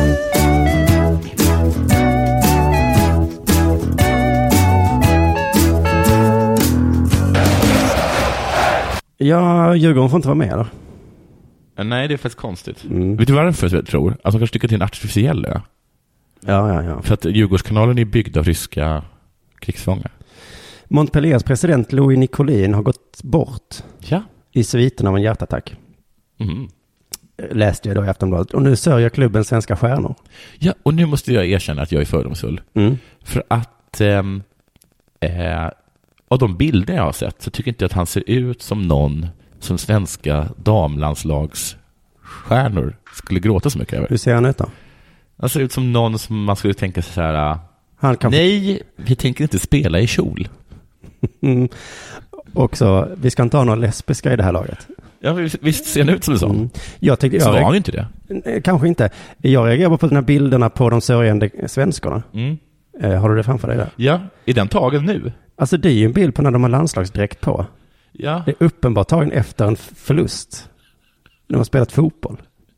Ja, Djurgården får inte vara med då. Nej, det är faktiskt konstigt. Mm. Vet du varför jag tror? Alltså kanske tycker till en artificiell ö. Ja, ja, ja. För att Djurgårdskanalen är byggd av ryska krigsfångar. Montpelliers president Louis Nicolin har gått bort. Ja. I sviten av en hjärtattack. Mm. Läste jag då i Aftonbladet. Och nu sörjer klubben svenska stjärnor. Ja, och nu måste jag erkänna att jag är fördomsfull. Mm. För att ähm, äh, av de bilder jag har sett så tycker inte jag att han ser ut som någon som svenska damlandslagsstjärnor skulle gråta så mycket över. Hur ser han ut då? Han ser ut som någon som man skulle tänka sig så här: han kan nej, vi tänker inte spela i kjol. Mm. Och så, vi ska inte ha några lesbiska i det här laget. Ja, visst ser han ut som en sån. Mm. Jag tyckte, så jag, var han ju inte det. Kanske inte. Jag reagerar på de här bilderna på de sörjande svenskarna. Mm. Eh, har du det framför dig där? Ja, är den tagen nu? Alltså det är ju en bild på när de har landslagsdräkt på. Ja. Det är uppenbart tagen efter en förlust. När de har spelat fotboll.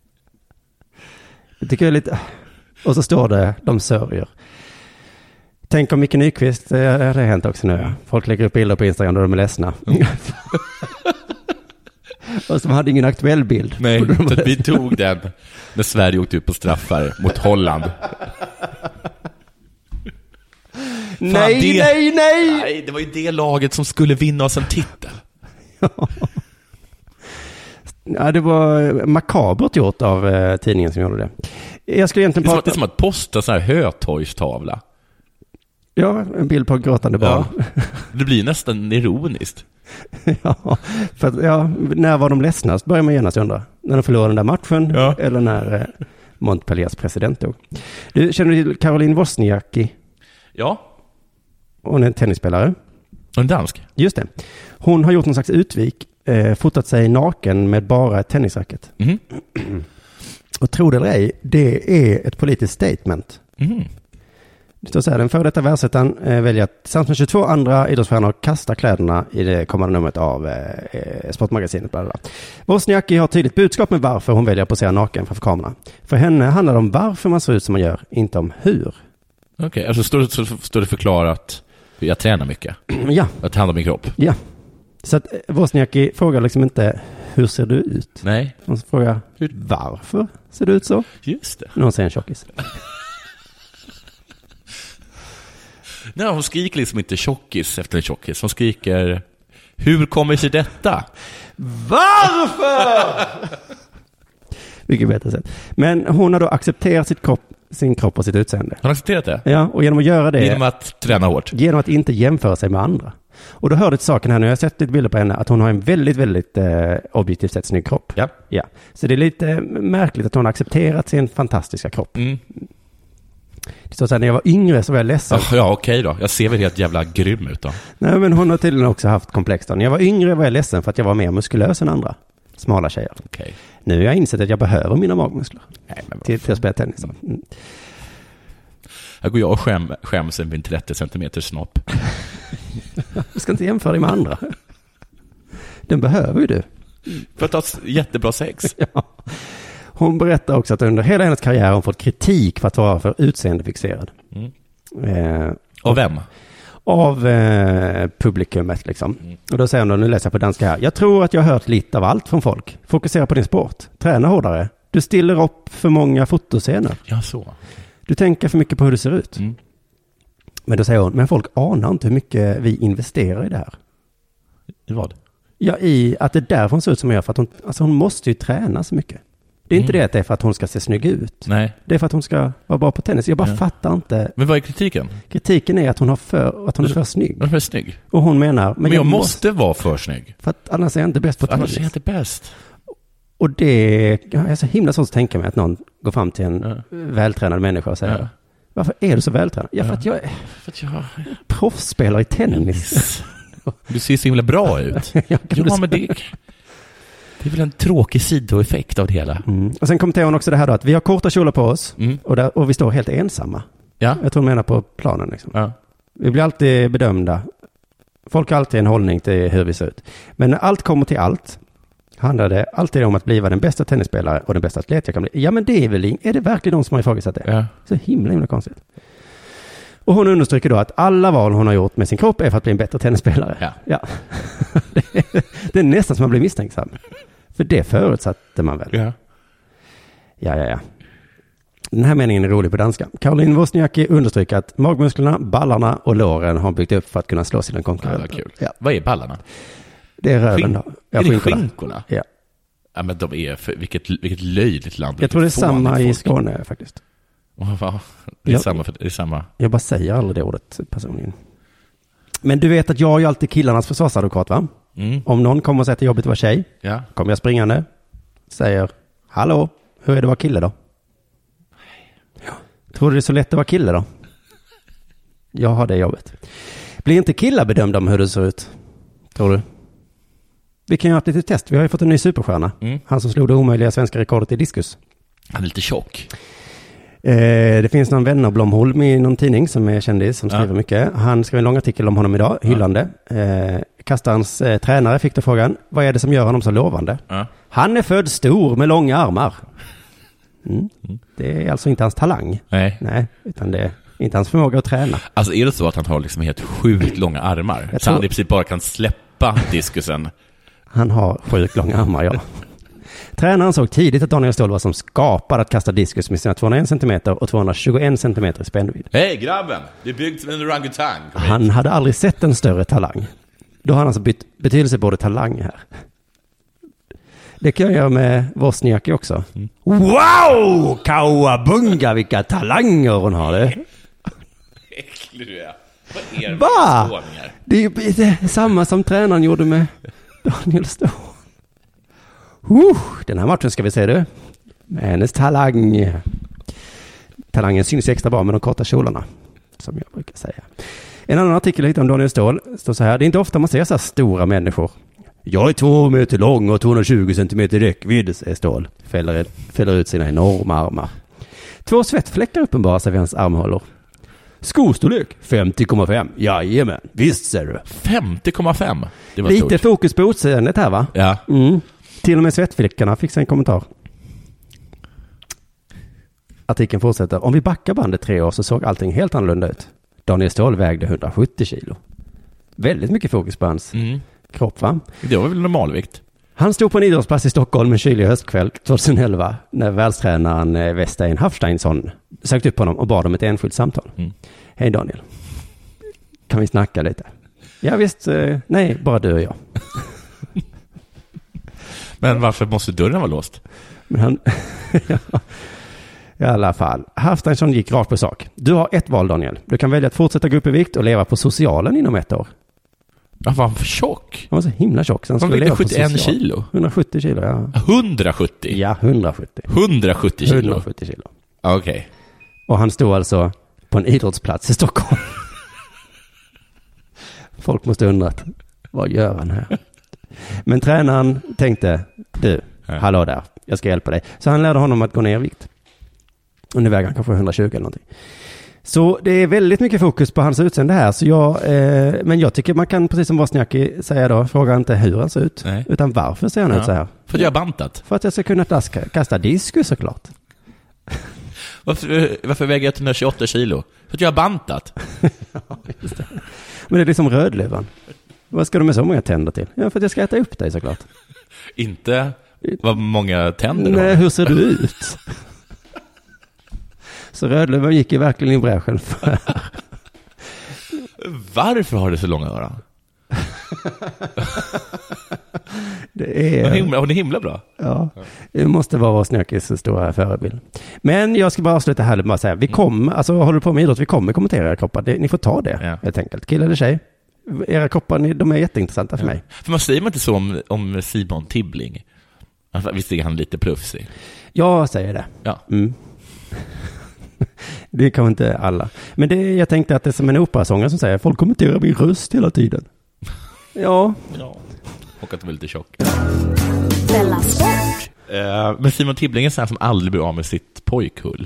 Jag tycker jag är lite... Och så står det, de sörjer. Tänk om Micke Nyqvist, det har hänt också nu. Folk lägger upp bilder på Instagram där de är ledsna. Mm. Och som hade ingen aktuell bild. Nej, så vi tog den när Sverige åkte ut på straffar mot Holland. Nej, det, nej, nej! Nej, det var ju det laget som skulle vinna oss en titel. Ja, det var makabert gjort av eh, tidningen som gjorde det. Jag skulle egentligen prata... Det är som att posta så här hötorgstavla. Ja, en bild på gråtande barn. Ja, det blir nästan ironiskt. Ja, för att, ja, när var de ledsnast börjar man genast undra. När de förlorade den där matchen, ja. Eller när eh, Montpelliers president dog. Du, känner du till Caroline Wozniacki? Ja. Hon är en tennisspelare. En dansk? Just det. Hon har gjort en slags utvik, eh, fotat sig naken med bara ett tennisracket. Mm. Och tro det eller ej, det är ett politiskt statement. Mm. Det står så här, den före detta världsettan eh, väljer att tillsammans med tjugotvå andra idrottsstjärnor kasta kläderna i det kommande numret av eh, Sportmagasinet. Bla bla. Wozniacki har tydligt budskap med varför hon väljer att posera naken framför kameran. För henne handlar det om varför man ser ut som man gör, inte om hur. Okej, okay, alltså står det, så, står det förklarat hur jag tränar mycket? Ja. Att ta hand om min kropp? Ja. Så att Wozniacki frågar liksom inte hur ser du ut? Nej. Hon frågar hur? Varför ser du ut så? Just det. När hon säger en tjockis. Nej, hon skriker liksom inte tjockis efter en tjockis. Hon skriker Hur kommer sig detta? Varför? Mycket bättre sätt. Men hon har då accepterat sitt kropp, sin kropp och sitt utseende. Har du accepterat det? Ja, och genom att göra det... Genom att träna hårt? Genom att inte jämföra sig med andra. Och då hör du till saken här nu, jag har sett lite bilder på henne, att hon har en väldigt, väldigt eh, objektivt sett snygg kropp. Ja. Ja. Så det är lite märkligt att hon har accepterat sin fantastiska kropp. Mm. Det står så här, när jag var yngre så var jag ledsen. Oh, ja, okej då. Jag ser väl helt jävla grym ut då. Nej, men hon har tydligen också haft komplex då. När jag var yngre var jag ledsen för att jag var mer muskulös än andra smala tjejer. Okay. Nu har jag insett att jag behöver mina magmuskler. Nej, men till, till att spela tennis. Mm. Jag går jag och skäm, skäms en trettio centimeter snopp. Du ska inte jämföra dig med andra. Den behöver ju du. För att ha jättebra sex. Ja. Hon berättar också att under hela hennes karriär har hon fått kritik för att vara för utseendefixerad. Mm. Eh, Av vem? Av eh, publikumet liksom. Mm. Och då säger hon då, nu läser jag på danska här. Jag tror att jag har hört lite av allt från folk. Fokusera på din sport. Träna hårdare. Du stiller upp för många fotoscener. Ja, så. Du tänker för mycket på hur du ser ut. Mm. Men då säger hon, men folk anar inte hur mycket vi investerar i det här. I vad? Ja, i att det är därför hon ser ut som hon gör. För att hon, alltså hon måste ju träna så mycket. Det är mm. inte det att det är för att hon ska se snygg ut. Nej. Det är för att hon ska vara bra på tennis. Jag bara ja. fattar inte. Men vad är kritiken? Kritiken är att hon, har för, att hon är för snygg. Hon är för snygg. Och hon menar... Men, men jag, jag måste, måste vara för snygg. För att annars är jag inte bäst på tennis. Annars är jag inte bäst. Och det... Jag är så himla svårt att tänka mig att någon går fram till en ja. vältränad människa och säger... Ja. Varför är du så vältränad? Ja, för ja. att jag är för att jag... proffsspelare i tennis. Du ser så himla bra ut. ja, ja men det... Det är väl en tråkig sidoeffekt av det hela. Mm. Och sen kommenterar hon också det här då, att vi har korta kjolar på oss mm. och, där, och vi står helt ensamma. Ja. Jag tror hon menar på planen. Liksom. Ja. Vi blir alltid bedömda. Folk har alltid en hållning till hur vi ser ut. Men när allt kommer till allt handlar det alltid om att bli den bästa tennisspelare och den bästa atlet jag kan bli. Ja, men det är väl är det verkligen de som har ifrågasatt det? Ja. Så himla, himla konstigt. Och hon understryker då att alla val hon har gjort med sin kropp är för att bli en bättre tennisspelare. Ja. Ja. det, är, det är nästan som man blir misstänksam. För det förutsatte man väl. Ja. Ja, ja, ja. Den här meningen är rolig på danska. Caroline Wozniacki understryker att magmusklerna, ballarna och låren har byggt upp för att kunna slå sina konkurrenter. Ja, kul. Ja. Vad är ballarna? Det är röven då. Ja, är det skinkorna? skinkorna? Ja. Ja, men de är för, vilket, vilket löjligt land. Jag tror det är samma i Skåne faktiskt. Oh, det är, jag, samma, det är samma. Jag bara säger aldrig det ordet personligen. Men du vet att jag är ju alltid killarnas försvarsadvokat, va? Mm. Om någon kommer och säger till jobbet att vara tjej, ja. kommer jag springande, säger, hallå, hur är det att vara kille då? Ja. Tror du det är så lätt att vara kille då? Jag har det jobbet. Blir inte killar bedömda om hur det ser ut? Tror du? Vi kan göra ett litet test. Vi har ju fått en ny superstjärna. Mm. Han som slog det omöjliga svenska rekordet i diskus. Han är lite tjock. Eh, det finns någon vän av Blomholm i någon tidning som är kändis som skriver ja. mycket. Han skrev en lång artikel om honom idag, hyllande. Ja. Eh, Kastarens eh, tränare fick då frågan, vad är det som gör honom så lovande? Ja. Han är född stor med långa armar. Mm. Mm. Det är alltså inte hans talang. Nej. Nej, utan det är inte hans förmåga att träna. Alltså är det så att han har liksom helt sjukt långa armar? Jag så tror... han i princip bara kan släppa diskusen? Han har sjukt långa armar, ja. Tränaren såg tidigt att Daniel Ståhl var som skapad att kasta diskus med sina tvåhundraen centimeter och tvåhundratjugoen centimeter i spännvidd. Hej grabben, det är byggt som en orangutang. Han hade aldrig sett en större talang. Då har han alltså bytt betydelse på ordet talang här. Det kan jag göra med Wozniacki också. Mm. Wow! Kawabunga, vilka talanger hon har det. Äcklig du är. Vad är det Va? Det är ju det är samma som tränaren gjorde med Daniel Ståhl. Uh, den här matchen ska vi se du. Med hennes talang. Talangen syns extra bra med de korta kjolarna, som jag brukar säga. En annan artikel hittar om Daniel Ståhl står så här. Det är inte ofta man ser så här stora människor. Jag är två meter lång och tvåhundratjugo centimeter räckvidd, säger Ståhl. Fäller, fäller ut sina enorma armar. Två svettfläckar uppenbarar sig vid hans armhålor. Skostorlek femtio komma fem. Jajamän, visst ser du. femtio komma fem. Det var lite stort. Fokus på utseendet här, va? Ja. Mm. Till och med svettfläckarna fick sig en kommentar. Artikeln fortsätter. Om vi backar bandet tre år så såg allting helt annorlunda ut. Daniel Ståhl vägde hundrasjuttio kilo. Väldigt mycket fokus på hans mm. kropp, va? Det var väl normalvikt. Han stod på en idrottsplats i Stockholm en kylig höstkväll tjugoelva när världstränaren Westein Hafsteinsson sökte upp honom och bad om ett enskilt samtal. Mm. Hej Daniel. Kan vi snacka lite? Ja visst, eh, nej, bara du och jag. Men varför måste dörren vara låst? Men han, i alla fall, Hafsteinsson gick rakt på sak. Du har ett val, Daniel. Du kan välja att fortsätta gå upp i vikt och leva på socialen inom ett år. Ja, var han för tjock? Han var så himla tjock. Så han Han skulle leva på sjuttioen social. kilo. hundrasjuttio kilo, ja. hundrasjuttio? Ja, hundrasjuttio. hundrasjuttio kilo? hundrasjuttio kilo. Okej. Okay. Och han stod alltså på en idrottsplats i Stockholm. Folk måste undrat, vad gör han här? Men tränaren tänkte, du, ja. hallå där, jag ska hjälpa dig. Så han lärde honom att gå ner i vikt. Och nu väger han kanske hundratjugo eller någonting. Så det är väldigt mycket fokus på hans utseende här. Så jag, eh, men jag tycker man kan, precis som Wozniacki säga då, fråga inte hur han ser ut. Nej. Utan varför ser han ja. ut så här? För att jag har bantat. För att jag ska kunna daska, kasta diskus såklart. Varför, varför väger jag etthundratjugoåtta kilo? För att jag har bantat. Ja, just det. Men det är liksom rödluvan. Vad ska du med så många tänder till? Ja, för att jag ska äta upp dig såklart. Inte vad många tänder du har. Nej, hur ser du ut? Så rödluvan gick ju verkligen i bräschen för. Varför har du så långa öron? Det är... Hon är himla, hon är himla bra. Ja, det måste vara Wozniackis stora förebild. Men jag ska bara avsluta här med att säga, vi kommer, alltså håller du på med idrott, vi kommer kommentera era kroppar. Det, ni får ta det, ja. helt enkelt. Kille eller tjej. Era kroppar, ni, de är jätteintressanta för ja. mig. För man säger man inte så om, om Simon Tibbling? Visst är han lite plufsig? Jag säger det. Ja. Mm. Det kan inte alla. Men det, jag tänkte att det är som en operasångare som säger, folk kommenterar min röst hela tiden. Ja. Ja. Och att de är lite tjock. Della Sport. Uh, men Simon Tibbling är sån som aldrig blir av med sitt pojkhull.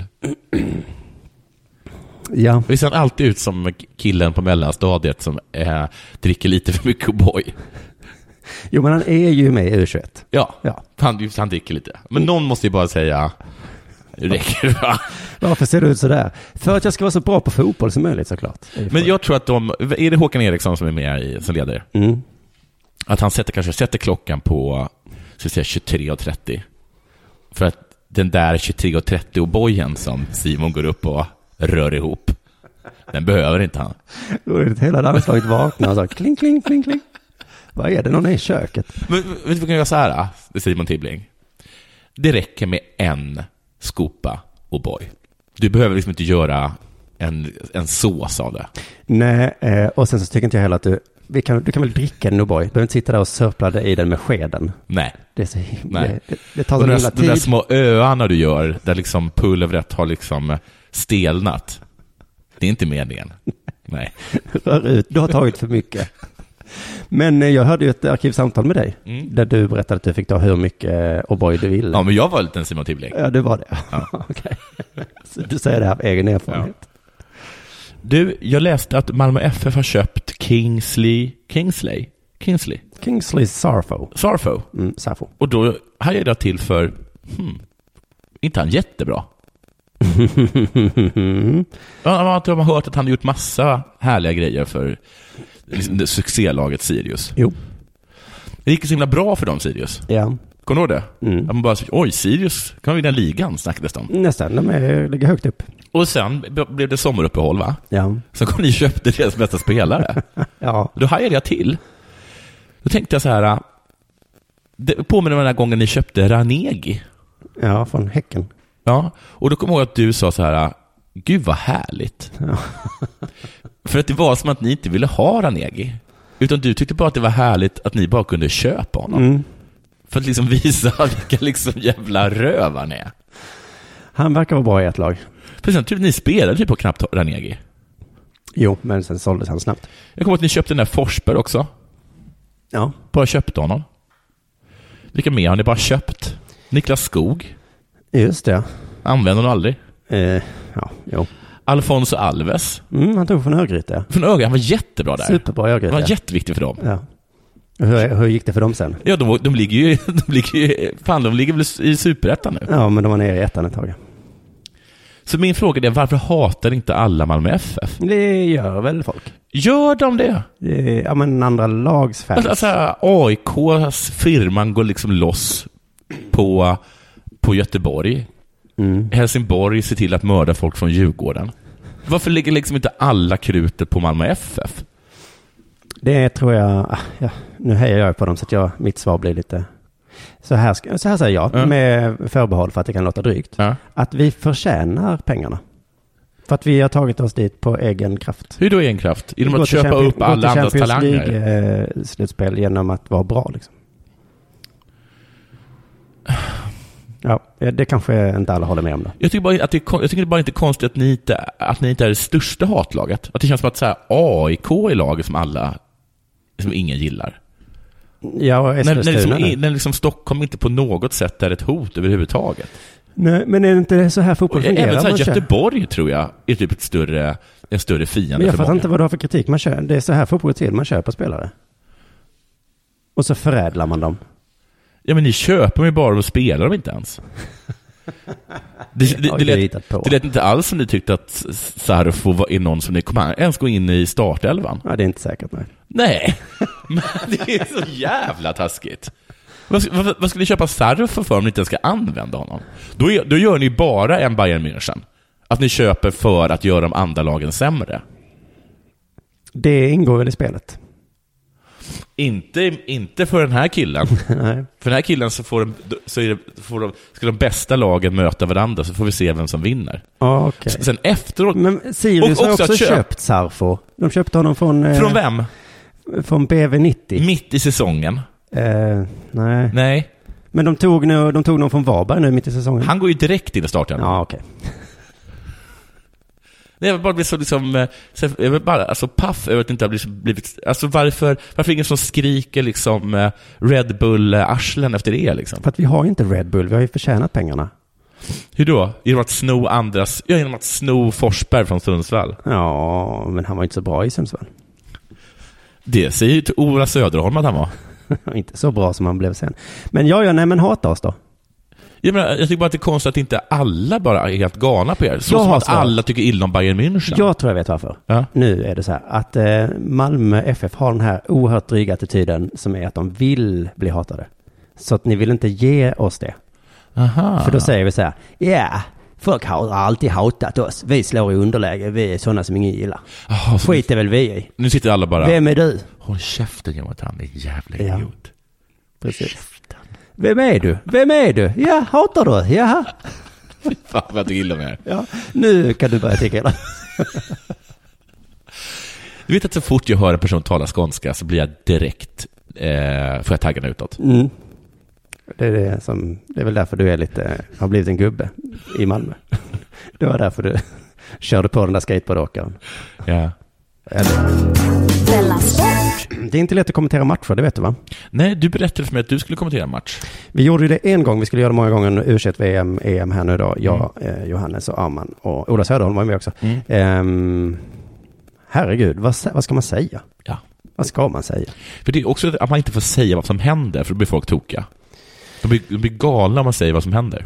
Ja. Vi ser alltid ut som killen på mellanstadiet som uh, dricker lite för mycket O'boy. Jo, men han är ju med i U tjugoett. Ja, ja. Han, han dricker lite. Men någon måste ju bara säga, räcker det, va? Varför ser du ut så där? För att jag ska vara så bra på fotboll som möjligt, såklart. Men jag tror att de, är det Håkan Eriksson som är med i, som leder? Mm. Att han sätter, kanske sätter klockan på så att säga, tjugotre och trettio. För att den där tjugotre och trettio bojen som Simon går upp och rör ihop, den behöver inte han. Då är det hela landslaget vaknar och så kling, kling, kling, kling. Vad är det? Någon är i köket. Men vet du vad kan jag säga här? Det är Simon Tibbling. Det räcker med en skopa O'boy. Du behöver liksom inte göra en, en sås av det. Nej, eh, och sen så tycker inte jag heller att du vi kan, du kan väl dricka en O'boy. Du behöver inte sitta där och sörpla det i den med skeden. Nej. Det är så Nej. Det, det tar så himla tid. De där små öarna du gör där liksom pulvret har liksom stelnat. Det är inte meningen. Nej. Rör ut. Du har tagit för mycket. Men jag hörde ju ett arkivsamtal med dig. Mm. Där du berättade att du fick ta hur mycket O'boy du ville. Ja, men jag var lite en Simon Tibbling. Ja, du var det. Ja. Okej. Så du säger det här av egen erfarenhet. Ja. Du, jag läste att Malmö F F har köpt Kingsley Kingsley Kingsley Kingsley Sarfo. Sarfo. Mm, Sarfo. Och då har jag det till för hmm, inte han jättebra. Ja, man har hört att han har gjort massa härliga grejer för liksom, succélaget Sirius. Jo. Det gick så himla bra för dem, Sirius. Ja. Kommer du ihåg det? Mm. Man bara, oj, Sirius kan vinna ligan, snackades de. Nästan, de är, ligger högt upp. Och sen blev det sommaruppehåll, va? Ja. Så kom ni och köpte deras bästa spelare. Ja. Då hajade jag till. Då tänkte jag så här, det påminner om den här gången ni köpte Ranegi. Ja, från Häcken. Ja, och då kom jag ihåg att du sa så här, gud vad härligt. Ja. För att det var som att ni inte ville ha Ranegi. Utan du tyckte bara att det var härligt att ni bara kunde köpa honom. Mm. För att liksom visa vilka liksom jävla rövar ni är. Han verkar vara bra i ett lag. För sen typ ni spelade typ på knappt Ranegi. Jo, men sen såldes han snabbt. Jag kommer att ni köpte den där Forsberg också. Ja. Bara köpte honom. Vilka mer har ni bara köpt? Niklas Skog. Just det. Använder honom aldrig. Eh, ja, jo. Alfonso Alves. Mm, han tog från Örgryte. Från Örgryte, han var jättebra där. Superbra Örgryte. Han var jätteviktig för dem. Ja. Hur, hur gick det för dem sen? Ja, de, de ligger ju, de ligger ju, fan, de ligger väl i superettan nu. Ja, men de var nere i ettan ett tag. Så min fråga är, varför hatar inte alla Malmö F F? Det gör väl folk. Gör de det? det ja, men andra lags fans. Alltså, A I K:s firman går liksom loss på, på Göteborg. Mm. Helsingborg ser till att mörda folk från Djurgården. Varför ligger liksom inte alla krutet på Malmö F F? Det tror jag, ja, nu hejar jag på dem så att jag, mitt svar blir lite, så här, ska, så här säger jag, mm. med förbehåll för att det kan låta drygt, ja. Att vi förtjänar pengarna. För att vi har tagit oss dit på egen kraft. Hur då egen kraft? Genom att köpa upp alla andras talanger? League, eh, slutspel genom att vara bra liksom. Ja, det kanske inte alla håller med om det. Jag tycker bara att det, jag tycker det bara inte är konstigt att ni inte, att ni inte är det största hatlaget. Att det känns som att så här, A I K är laget som alla, som ingen gillar. Ja, och när, när, liksom, när liksom Stockholm inte på något sätt är ett hot överhuvudtaget. Nej, men är det inte så här fotboll fungerar? Även så här Göteborg tror jag är typ ett större, en större fiende. Men jag för fattar många. inte vad du har för kritik. Man kör, det är så här fotboll till, man köper spelare. Och så förädlar man dem. Ja, men ni köper mig bara och spelar dem inte ens. Det, det, det, lät, det lät inte alls som ni tyckte att Sarfo var är någon som ni kommer ens gå in i startelvan. Ja, det är inte säkert. Nej, nej. Men det är så jävla taskigt. Vad, vad, vad ska ni köpa Sarfo för om ni inte ska använda honom? Då, är, då gör ni bara en Bayern München. Att ni köper för att göra de andra lagen sämre. Det ingår väl i spelet. Inte, inte för den här killen. Nej. För den här killen så, får de, så är det, får de, ska de bästa lagen möta varandra, så får vi se vem som vinner. Ah, okay. Sen efteråt... Men Sirius och, har också köp. köpt Sarfo. De köpte honom från... Från vem? Eh, från B V nittio. Mitt i säsongen? Eh, nej. Nej. Men de tog, nu, de tog någon från Varberg nu mitt i säsongen. Han går ju direkt in i starten. Ja, okej. Okay. Det är bara blivit så liksom, så jag vill bara, alltså paff över att det inte har blivit, blivit alltså varför, varför ingen som skriker liksom Red Bull arslen efter det liksom? För att vi har ju inte Red Bull, vi har ju förtjänat pengarna. Hur då? Genom att sno andras, ja, genom att sno Forsberg från Sundsvall. Ja, men han var inte så bra i Sundsvall. Det säger ju till Ola Söderholm att han var. Inte så bra som han blev sen. Men ja, ja, nej, men hata oss då. Jag, menar, jag tycker bara att det är konstigt att inte alla bara är helt galna på er. Så jag som att svar. alla tycker illa om Bayern München. Jag tror jag vet varför. Ja. Nu är det så här att eh, Malmö F F har den här oerhört dryga attityden som är att de vill bli hatade. Så att ni vill inte ge oss det. Aha. För då säger vi så här, ja, yeah, folk har alltid hatat oss. Vi slår i underläge, vi är sådana som ingen gillar. Oh, skit är väl vi i. Nu sitter alla bara... Vem är du? Håll käften, Jonathan, det är jävla ja. idiot. Precis. Käften. Vem är du? Vem är du? Ja, hatar du? Jaha. Fan vad du gillar med. Ja, nu kan du börja tycka det. Du vet att så fort jag hör en person tala skånska så blir jag direkt, eh, får jag taggarna utåt. Mm. Det är, det, som, det är väl därför du är lite, har blivit en gubbe i Malmö. Det var därför du körde på den där skateboardåkaren. Ja. Det är inte lätt att kommentera matcher, det vet du va? Nej, du berättade för mig att du skulle kommentera match. Vi gjorde ju det en gång, vi skulle göra det många gånger U tjugoett V M, E M här nu då. Jag, mm. eh, Johannes och Arman och Ola Söderholm var med också. Mm. Ehm, herregud, vad, vad ska man säga? Ja. Vad ska man säga? För det är också att man inte får säga vad som händer, för då blir folk tokiga. De blir, de blir galna om man säger vad som händer.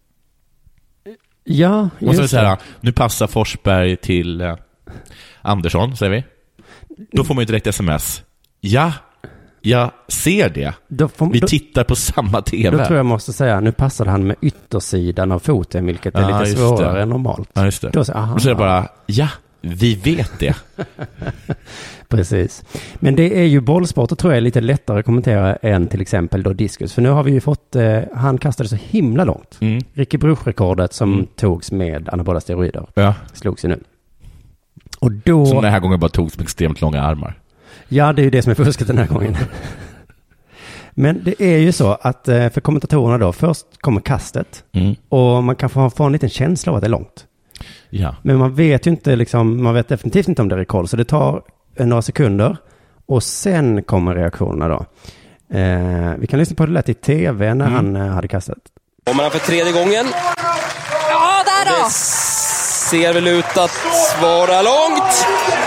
Ja, just måste vi säga, nu passar Forsberg till eh, Andersson, säger vi. Då får man ju direkt sms. Ja, jag ser det. Får, vi då, tittar på samma tv. Då tror jag måste säga, nu passar han med yttersidan av foten, vilket är ah, lite svårare det. än normalt. Ja, just det. Då säger jag bara, ja, vi vet det. Precis. Men det är ju bollsport och tror jag är lite lättare att kommentera än till exempel då diskus. För nu har vi ju fått, eh, han kastade så himla långt. Mm. Ricky Bruch-rekordet som mm. togs med anabola steroider. Ja. Slogs ju nu. Och då... Som den här gången bara togs med extremt långa armar. Ja, det är ju det som är fusket den här gången. Men det är ju så att för kommentatorerna då, först kommer kastet mm. och man kan få, få en liten känsla av att det är långt. Ja. Men man vet ju inte, liksom, man vet definitivt inte om det är rekord, så det tar några sekunder och sen kommer reaktionerna då. Eh, vi kan lyssna på det lätt i tv när mm. han eh, hade kastat. Kommer han för tredje gången? Ja, där då! Det ser väl ut att vara långt.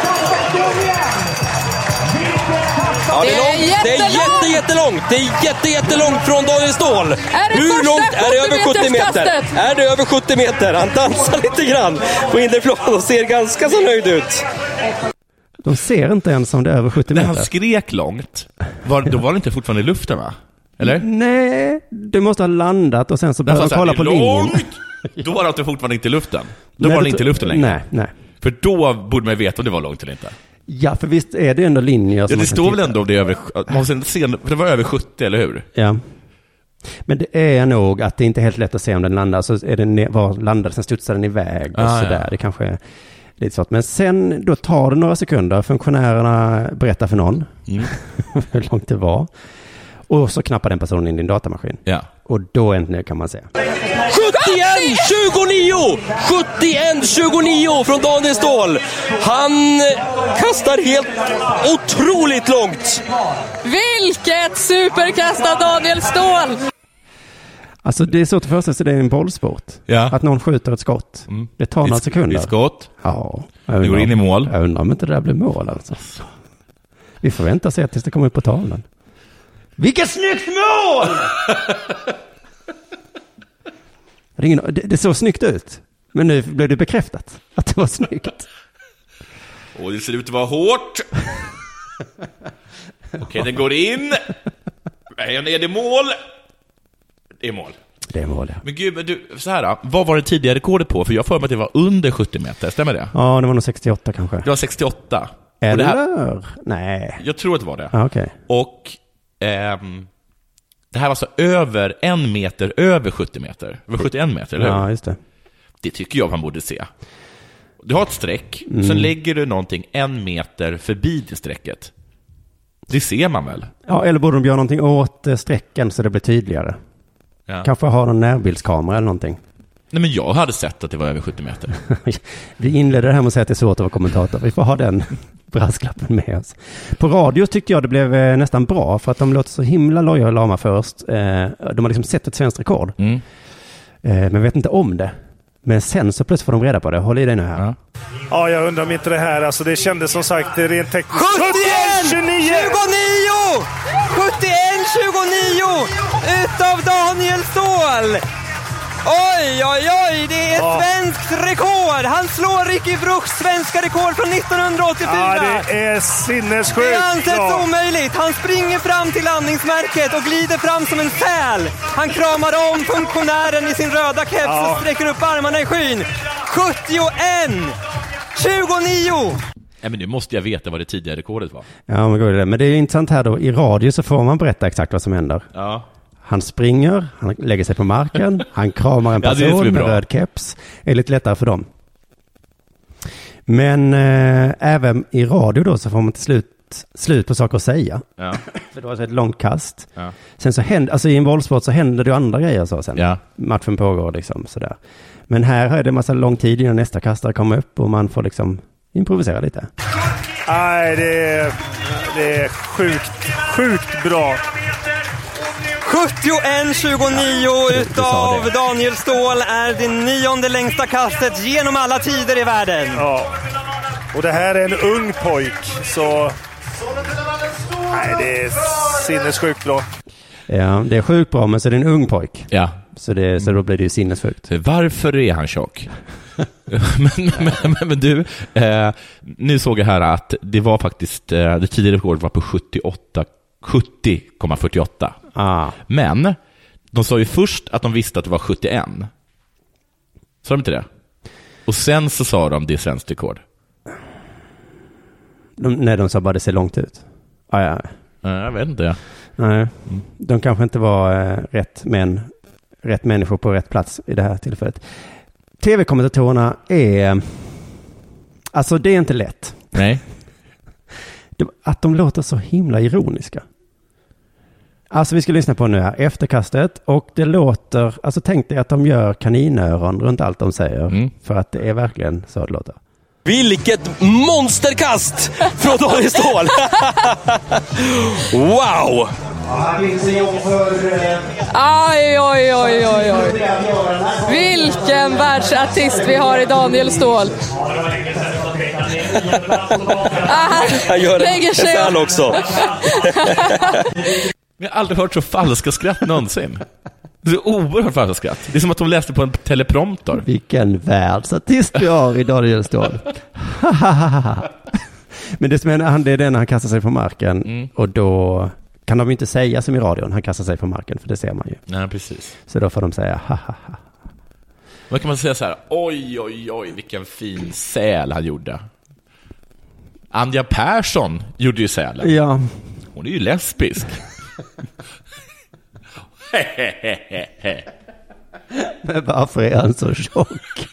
Ja, det är långt. Det är jätte, jättelångt. Det är jätte, jättelångt från Daniel Ståhl. Hur långt? Är det över sjuttio meter? Är det över sjuttio meter? Han dansar lite grann på innerplan och ser ganska så nöjd ut. De ser inte ens om det är över sjuttio meter. När han skrek långt, var, då var det inte fortfarande i luften, va? Eller? Nej, du måste ha landat och sen så började de kolla på linjen. Då var det fortfarande inte i luften. Då nej, var det inte i luften längre. Nej, nej. För då borde man veta om det var långt eller inte. Ja, för visst är det ändå linjer. Ja, det står väl ändå om det är över, man måste se, för det var över sjuttio, eller hur? Ja. Men det är nog att det inte är helt lätt att se om den landar. Så är den var landade, sen studsar den iväg och ah, sådär. Ja. Det kanske är lite så. Men sen då tar det några sekunder. Funktionärerna berättar för någon mm. hur långt det var. Och så knappar den personen in i din datamaskin. Ja. Och då äntligen kan man se. sjuttioen tjugonio! sjuttioen tjugonio från Daniel Ståhl. Han kastar helt otroligt långt. Vilket superkast av Daniel Ståhl! Alltså det är så att först så det är en bollsport. Ja. Att någon skjuter ett skott. Mm. Det tar några sekunder. Det är skott. Ja. Det går in i mål. Jag undrar om inte det där blir mål alltså. Vi får vänta och se tills det kommer upp på tavlan. Vilket snyggt mål! det, ingen, det, det såg snyggt ut. Men nu blev det bekräftat att det var snyggt. Och det ser ut att vara hårt. Okej, den går in. Men är det mål? Det är mål. Det är mål, ja. Men gud, men du, så här, vad var det tidigare rekordet på? För jag får mig att det var under sjuttio meter, stämmer det? Ja, det var nog sextioåtta kanske. Det var sextioåtta. Eller? Det här, nej. jag tror att det var det. Ah, okej. Och ehm, det här var så över en meter över sjuttio meter. Över sjuttioen meter, eller hur? Ja, just det. Det tycker jag man borde se. Du har ett streck, mm. sen lägger du någonting en meter förbi det strecket. Det ser man väl? Ja, eller borde de göra någonting åt strecken så det blir tydligare. Ja. Kanske ha en närbildskamera eller någonting. Nej, men jag hade sett att det var över sjuttio meter. Vi inledde det här med att säga att det är svårt att vara kommentator. Vi får ha den brasklappen med oss. På radio tyckte jag det blev nästan bra för att de låter så himla loja och lama först. De har liksom sett ett svenskt rekord. Mm. Men vet inte om det. Men sen så plötsligt får de reda på det. Håll i dig nu här. Ja, ja, jag undrar om inte det här, alltså det kändes som sagt rent tekniskt. sjuttioen tjugonio! sjuttioen tjugonio utav Daniel Ståhl! Oj, oj, oj, det är ja. svenskt rekord! Han slår Ricky Bruchs svenska rekord från nittonhundraåttiofyra! Ja, det är sinnessjukt! Det anses ja. omöjligt! Han springer fram till landningsmärket och glider fram som en säl! Han kramar om funktionären i sin röda keps ja. och sträcker upp armarna i skyn! sjuttioen tjugonio! Ja, men nu måste jag veta vad det tidigare rekordet var. Ja, men, går det. men det är intressant här då. I radio så får man berätta exakt vad som händer. Ja. Han springer, han lägger sig på marken, han kramar en person ja, med röd keps. Det är lite lättare för dem. Men eh, även i radio då så får man till slut slut på saker att säga. Ja. För det var så ett långt kast. Ja. Sen så händer, alltså i en bollsport så händer det ju andra grejer så sen. Ja. Matchen pågår liksom sådär. Men här är det en massa lång tid innan nästa kastare kommer upp och man får liksom improvisera lite. Nej, det är, det är sjukt, sjukt bra. sjuttioen tjugonio utav Daniel Ståhl är det nionde längsta kastet genom alla tider i världen. Ja, och det här är en ung pojk, så nej, det är sinnessjukt bra. Ja, det är sjukt bra, men så är det en ung pojk. Ja. Så, det, så då blir det ju sinnessjukt. Varför är han tjock? men, men, men du, eh, nu såg jag här att det var faktiskt, eh, det tidigare rekordet var på sjuttioåtta sjuttio komma fyrtioåtta. Ah. Men de sa ju först att de visste att det var sjuttioen. Sa de inte det? Och sen så sa de det är svenskt rekord. De, nej, de sa bara det ser långt ut. Ah, ja. Jag vet inte. Nej, mm. De kanske inte var eh, rätt män, rätt människor på rätt plats i det här tillfället. Tv-kommentatorerna är, alltså det är inte lätt. Nej. Det, att de låter så himla ironiska. Alltså vi ska lyssna på nu här efterkastet och det låter, alltså tänk dig att de gör kaninöron runt allt de säger mm. för att det är verkligen så det låter. Vilket monsterkast från Daniel Ståhl! Wow! Aj, oj, oj, oj, oj. Vilken världsartist vi har i Daniel Ståhl. Ah, han gör lägger sig en också. Jag har aldrig hört så falska skratt någonsin. Det är oerhört falska skratt. Det är som att de läste på en teleprompter. Vilken världsartist vi har i Daniel Ståhl. Men det som är, det är den han kastar sig på marken mm. och då kan de inte säga som i radion, han kastar sig på marken, för det ser man ju. Nej, precis. Så då får de säga ha ha ha. Vad kan man säga så här? Oj, oj, oj, vilken fin säl han gjorde. Anja Persson gjorde ju Sälen. Ja. Hon är ju lesbisk. Men varför är han så tjock?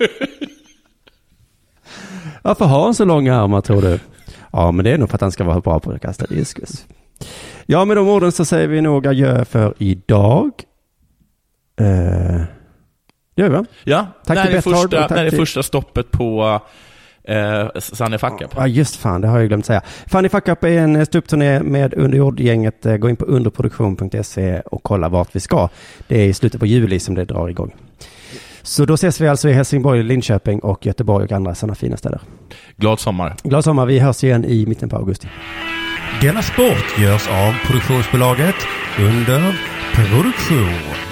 Varför har han så långa armar, tror du? Ja, men det är nog för att han ska vara bra på att kasta diskus. Ja, med de orden så säger vi nog adjö för idag. Uh, gör vi va? Ja, tack när, till är första, tack när är till... första stoppet på uh, Sunny Fuck Up? Ja, just fan, det har jag glömt säga. Funny Fuck Up är en ståuppturné med Underjord-gänget. Gå in på underproduktion punkt se och kolla vart vi ska. Det är i slutet på juli som det drar igång. Så då ses vi alltså i Helsingborg, Linköping och Göteborg och andra sådana fina städer. Glad sommar. Glad sommar, vi hörs igen i mitten på augusti. Denna sport görs av produktionsbolaget Under Produktion.